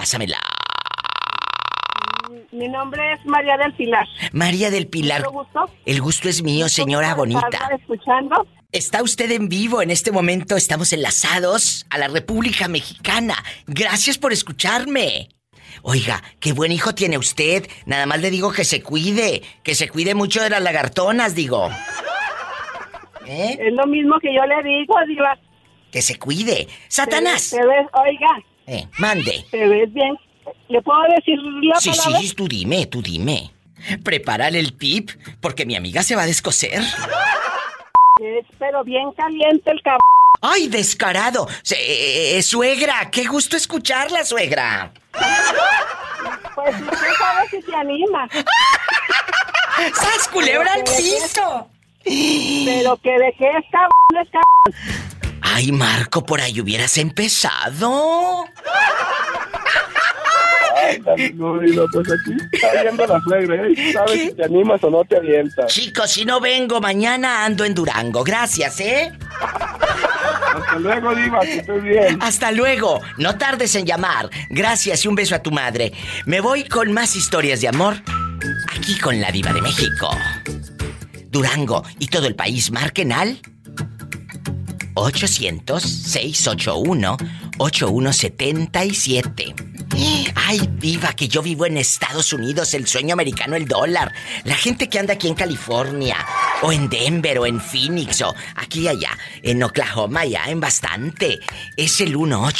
Mi nombre es María del Pilar. María del Pilar. ¿Mucho gusto? El gusto es mío, señora bonita. ¿Estás escuchando? Está usted en vivo en este momento. Estamos enlazados a la República Mexicana. Gracias por escucharme. Oiga, qué buen hijo tiene usted. Nada más le digo que se cuide mucho de las lagartonas, digo. ¿Eh? Es lo mismo que yo le digo, diva. Que se cuide. ¡Satanás! Te ves, oiga. Mande. Te ves bien. ¿Le puedo decir la palabra? Sí, tú dime. Prepárale el pip, porque mi amiga se va a descoser. Es pero bien caliente el cabrón. ¡Ay, descarado! Suegra, qué gusto escucharla, suegra. Pues usted sabe si se anima. ¡Sas, culebra al piso! Pero que de qué es cabrón, es cabrón. Ay, Marco, por ahí hubieras empezado. No, Diva, pues aquí está viendo la suegra, ¿eh? ¿Sabes si te animas o no te avientas? Chicos, si no vengo mañana, ando en Durango. Gracias, ¿eh? Hasta luego, Diva, que estés bien. Hasta luego. No tardes en llamar. Gracias y un beso a tu madre. Me voy con más historias de amor. Aquí con la Diva de México. Durango y todo el país marquen al 800-681-8177. Ay, Diva, que yo vivo en Estados Unidos, el sueño americano, el dólar. La gente que anda aquí en California, o en Denver, o en Phoenix, o aquí y allá, en Oklahoma, ya en bastante. Es el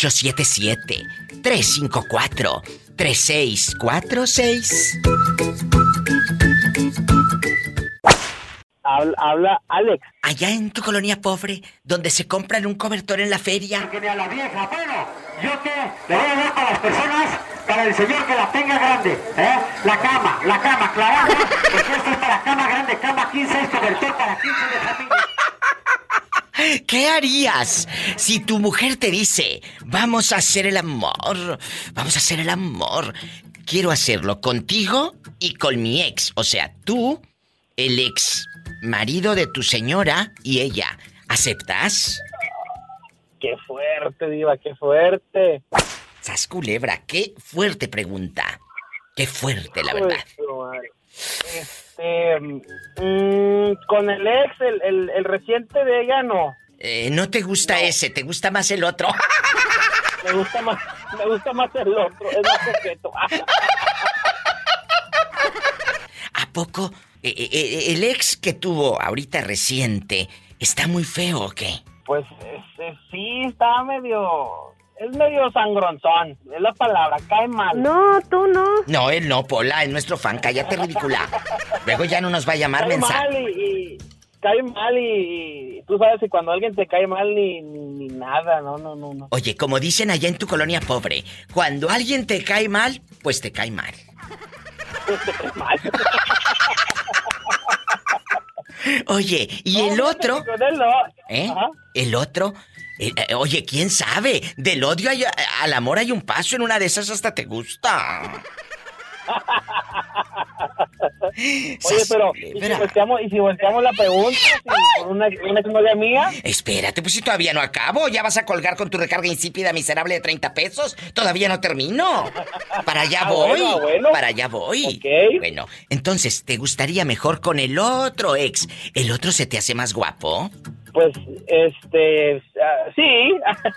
1877-354-3646. Habla Alex. Allá en tu colonia pobre, donde se compran un cobertor en la feria. Que ni a la vieja, bueno, yo que le voy a dar para las personas, para el señor que la tenga grande, ¿eh? La cama, claro, porque esto es para cama grande, cama 15, es cobertor para 15 de familia. ¿Qué harías si tu mujer te dice, vamos a hacer el amor, vamos a hacer el amor? Quiero hacerlo contigo y con mi ex, o sea, tú, el ex marido de tu señora y ella. ¿Aceptas? Qué fuerte, Diva, qué fuerte. Sas culebra, qué fuerte pregunta. Qué fuerte, la verdad. Con el ex, el reciente de ella, no. No te gusta ese, te gusta más el otro. Me gusta más el otro, es más coqueto. ¿A poco el ex que tuvo ahorita reciente está muy feo o qué? Pues sí, está medio... Es medio sangronzón, es la palabra, cae mal. No, tú no. No, él no, Pola, es nuestro fan, cállate, ridícula. Luego ya no nos va a llamar mensaje. Cae mal y tú sabes que cuando alguien te cae mal ni nada, no. Oye, como dicen allá en tu colonia pobre, cuando alguien te cae mal, pues te cae mal. Oye, y el otro... ¿Eh? El otro... oye, ¿quién sabe? Del odio al amor hay un paso, en una de esas hasta te gusta. Oye, pero ¿y si volteamos la pregunta? ¿Por una exnovia mía? Espérate, pues si todavía no acabo. ¿Ya vas a colgar con tu recarga insípida miserable de 30 pesos? Todavía no termino. Para allá voy. Bueno. Para allá voy. Okay. Bueno, entonces, ¿te gustaría mejor con el otro ex? ¿El otro se te hace más guapo? Pues, sí.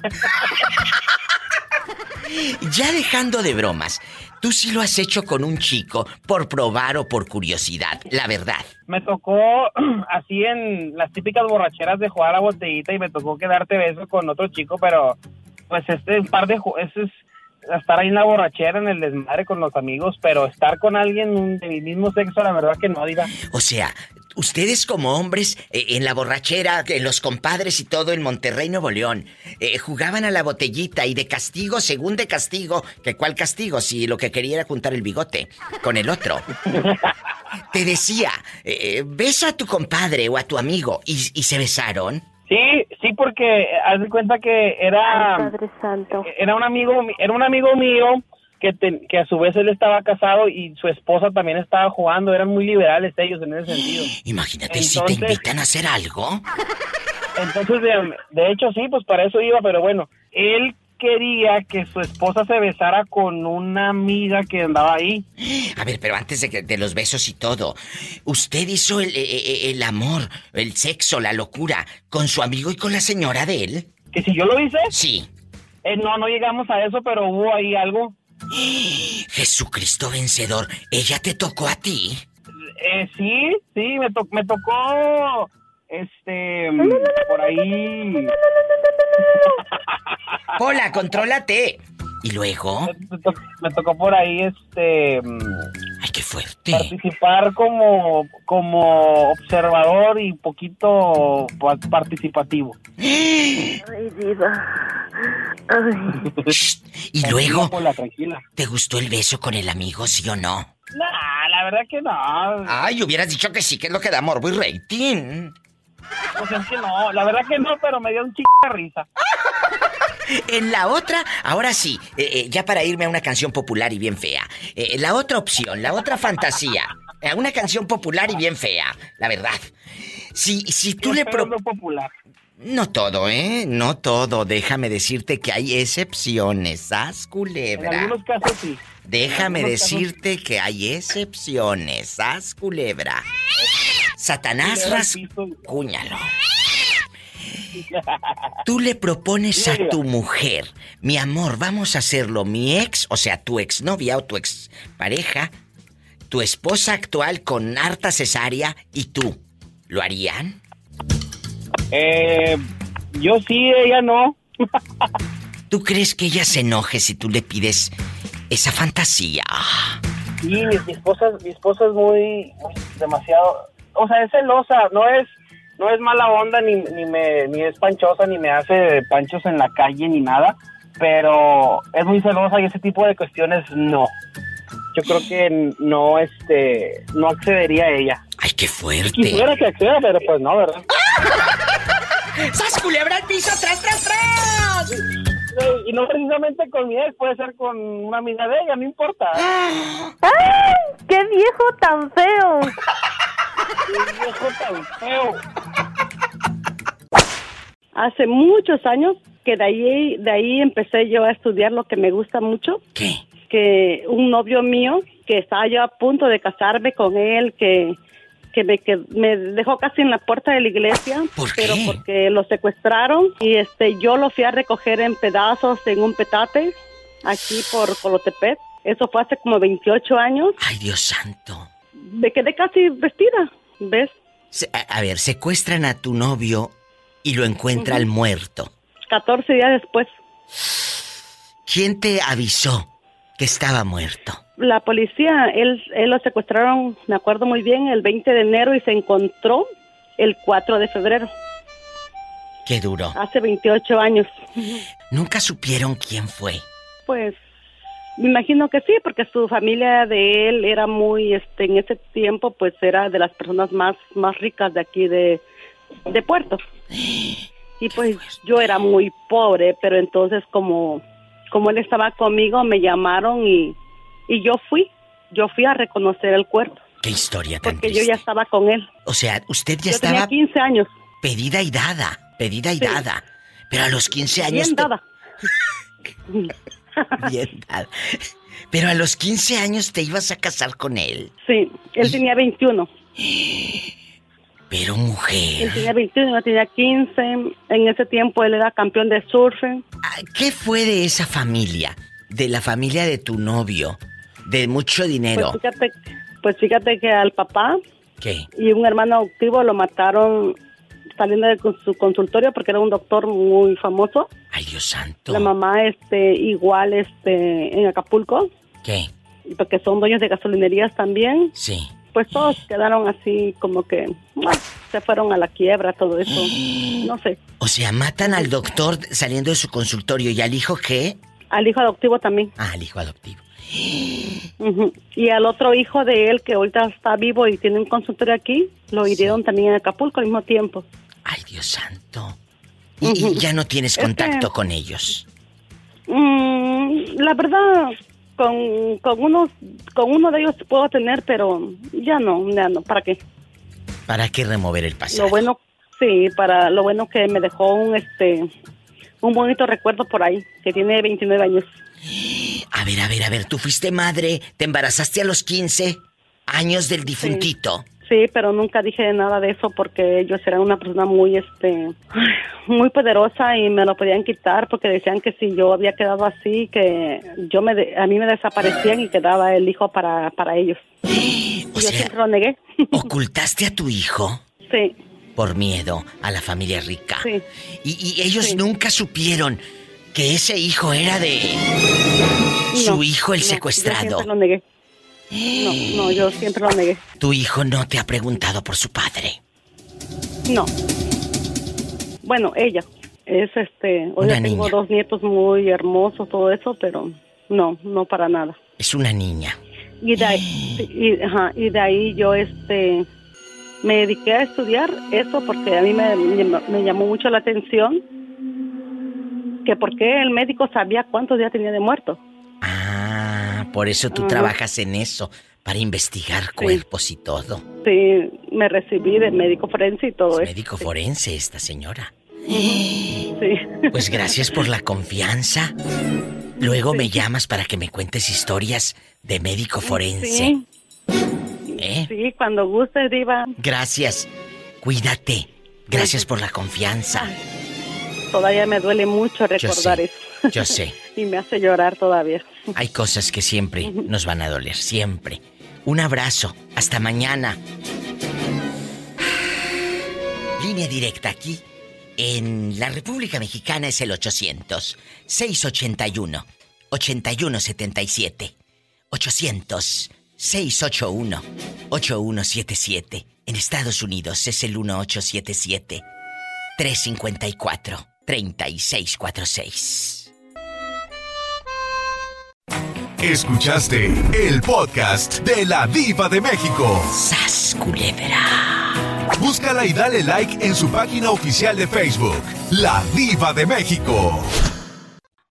Ya dejando de bromas, tú sí lo has hecho con un chico por probar o por curiosidad, la verdad. Me tocó así en las típicas borracheras de jugar a la botellita y me tocó quedarte beso con otro chico, pero pues un par de eso es estar ahí en la borrachera, en el desmadre con los amigos, pero estar con alguien de mi mismo sexo, la verdad que no, Diva. O sea, ustedes como hombres, en la borrachera, los compadres y todo en Monterrey, Nuevo León, jugaban a la botellita y de castigo, según de castigo, que cuál castigo, si lo que quería era juntar el bigote con el otro. Te decía, besa a tu compadre o a tu amigo, ¿y se besaron? Sí, porque haz de cuenta que era... Ay, Padre Santo. Era un amigo mío que a su vez él estaba casado y su esposa también estaba jugando. Eran muy liberales ellos en ese sentido. Imagínate, entonces, si te invitan a hacer algo. Entonces, de hecho sí, pues para eso iba, pero bueno, él quería que su esposa se besara con una amiga que andaba ahí. A ver, pero antes de los besos y todo, ¿usted hizo el amor, el sexo, la locura con su amigo y con la señora de él? ¿Que si yo lo hice? Sí. No llegamos a eso, pero hubo ahí algo. Jesucristo vencedor, ¿ella te tocó a ti? Sí, me tocó... por ahí... Pola, contrólate. ¿Y luego? Me tocó por ahí, Ay, qué fuerte. Participar como observador y poquito participativo. Ay, Diva. Ay. ¿Y luego? Pola, tranquila. ¿Te gustó el beso con el amigo, sí o no? Nah, la verdad que no. Ay, hubieras dicho que sí, que es lo que da morbo y rating. Pues es que no, la verdad que no, pero me dio un chico de risa. En la otra, ahora sí, ya para irme a una canción popular y bien fea. La otra opción, la otra fantasía. Una canción popular y bien fea, la verdad. Si tú le popular. No todo, No todo. Déjame decirte que hay excepciones. ¡Sas, culebra! En algunos casos sí. Déjame decirte que hay excepciones. ¡Sas, culebra! Satanás rascuñalo. Tú le propones a tu mujer, mi amor, vamos a hacerlo, mi ex, o sea, tu exnovia o tu ex pareja, tu esposa actual con harta cesárea y tú, ¿lo harían? Yo sí, ella no. ¿Tú crees que ella se enoje si tú le pides esa fantasía? Sí, mi esposa es muy demasiado, o sea, es celosa, no es mala onda, ni es panchosa, ni me hace panchos en la calle, ni nada, pero es muy celosa y ese tipo de cuestiones no. Yo creo que no accedería a ella. ¡Ay, qué fuerte! Quisiera que acceda, pero pues no, ¿verdad? ¡Sas, culebra al piso! ¡Tras, tras, tras! Y no precisamente con mi ex, puede ser con una amiga de ella, no importa. ¡Ay! ¡Qué viejo tan feo! ¡Qué viejo tan feo! Hace muchos años que de ahí empecé yo a estudiar lo que me gusta mucho. ¿Qué? Que un novio mío, que estaba yo a punto de casarme con él, que me dejó casi en la puerta de la iglesia. ¿Por qué? Pero porque lo secuestraron y yo lo fui a recoger en pedazos en un petate aquí por Colotepec. Eso fue hace como 28 años. ¡Ay, Dios santo! Me quedé casi vestida, ¿ves? A ver, secuestran a tu novio y lo encuentran muerto. 14 días después. ¿Quién te avisó que estaba muerto? La policía, él lo secuestraron, me acuerdo muy bien, el 20 de enero y se encontró el 4 de febrero. Qué duro. Hace 28 años. ¿Nunca supieron quién fue? Pues, me imagino que sí, porque su familia de él era muy, en ese tiempo, pues era de las personas más ricas de aquí de Puerto. Y pues yo era muy pobre, pero entonces como él estaba conmigo, me llamaron y yo fui a reconocer el cuerpo. Qué historia tan porque triste. Yo ya estaba con él. O sea, usted ya yo estaba... tenía 15 años. Pedida y dada. Pero a los 15 años... Bien dada. Bien dada. Pero a los 15 años te ibas a casar con él. Sí, él tenía 21. Pero mujer... Él tenía 21, yo tenía 15. En ese tiempo él era campeón de surf. ¿Qué fue de esa familia? De la familia de tu novio. De mucho dinero. Pues fíjate que al papá... ¿Qué? Y un hermano adoptivo lo mataron saliendo de su consultorio porque era un doctor muy famoso. Ay, Dios santo. La mamá, igual, en Acapulco. ¿Qué? Porque son dueños de gasolinerías también. Sí. Pues todos quedaron así como que se fueron a la quiebra, todo eso. No sé. O sea, matan al doctor saliendo de su consultorio. ¿Y al hijo qué? Al hijo adoptivo también. Ah, al hijo adoptivo. Uh-huh. Y al otro hijo de él, que ahorita está vivo y tiene un consultorio aquí, lo hirieron también en Acapulco al mismo tiempo. Ay, Dios santo. ¿Y ya no tienes contacto con ellos? La verdad, con uno de ellos puedo tener, pero ya no, ¿para qué? ¿Para qué remover el pasado? Lo bueno, sí, para lo bueno que me dejó un bonito recuerdo por ahí, que tiene 29 años. A ver, tú fuiste madre, te embarazaste a los 15 años del difuntito. Sí, pero nunca dije nada de eso porque ellos eran una persona muy, muy poderosa y me lo podían quitar porque decían que si yo había quedado así, que a mí me desaparecían y quedaba el hijo para ellos. O yo sea, siempre lo negué. ¿Ocultaste a tu hijo? Sí. Por miedo a la familia rica. Sí. Y ellos nunca supieron que ese hijo era de su hijo el secuestrado. Yo siempre lo negué. No, yo siempre lo negué. ¿Tu hijo no te ha preguntado por su padre? No. Bueno, ella. Es hoy Una tengo niña. 2 nietos muy hermosos, todo eso, pero no para nada. Es una niña. Y de ahí yo me dediqué a estudiar eso porque a mí me llamó mucho la atención que por qué el médico sabía cuántos días tenía de muerto. Ah, por eso tú trabajas en eso, para investigar cuerpos y todo. Sí, me recibí de médico forense y todo eso. Médico forense esta señora. Sí. Pues gracias por la confianza. Luego me llamas para que me cuentes historias de médico forense. Sí. Sí, cuando guste, Diva. Gracias. Cuídate. Gracias por la confianza. Todavía me duele mucho recordar eso. Yo sé. Y me hace llorar todavía. Hay cosas que siempre nos van a doler, siempre. Un abrazo. Hasta mañana. Línea directa aquí. En la República Mexicana es el 800-681-8177. 800-681-8177. En Estados Unidos es el 1877-354-3646. Escuchaste el podcast de La Diva de México. ¡Sas, culebra! Búscala y dale like en su página oficial de Facebook, La Diva de México.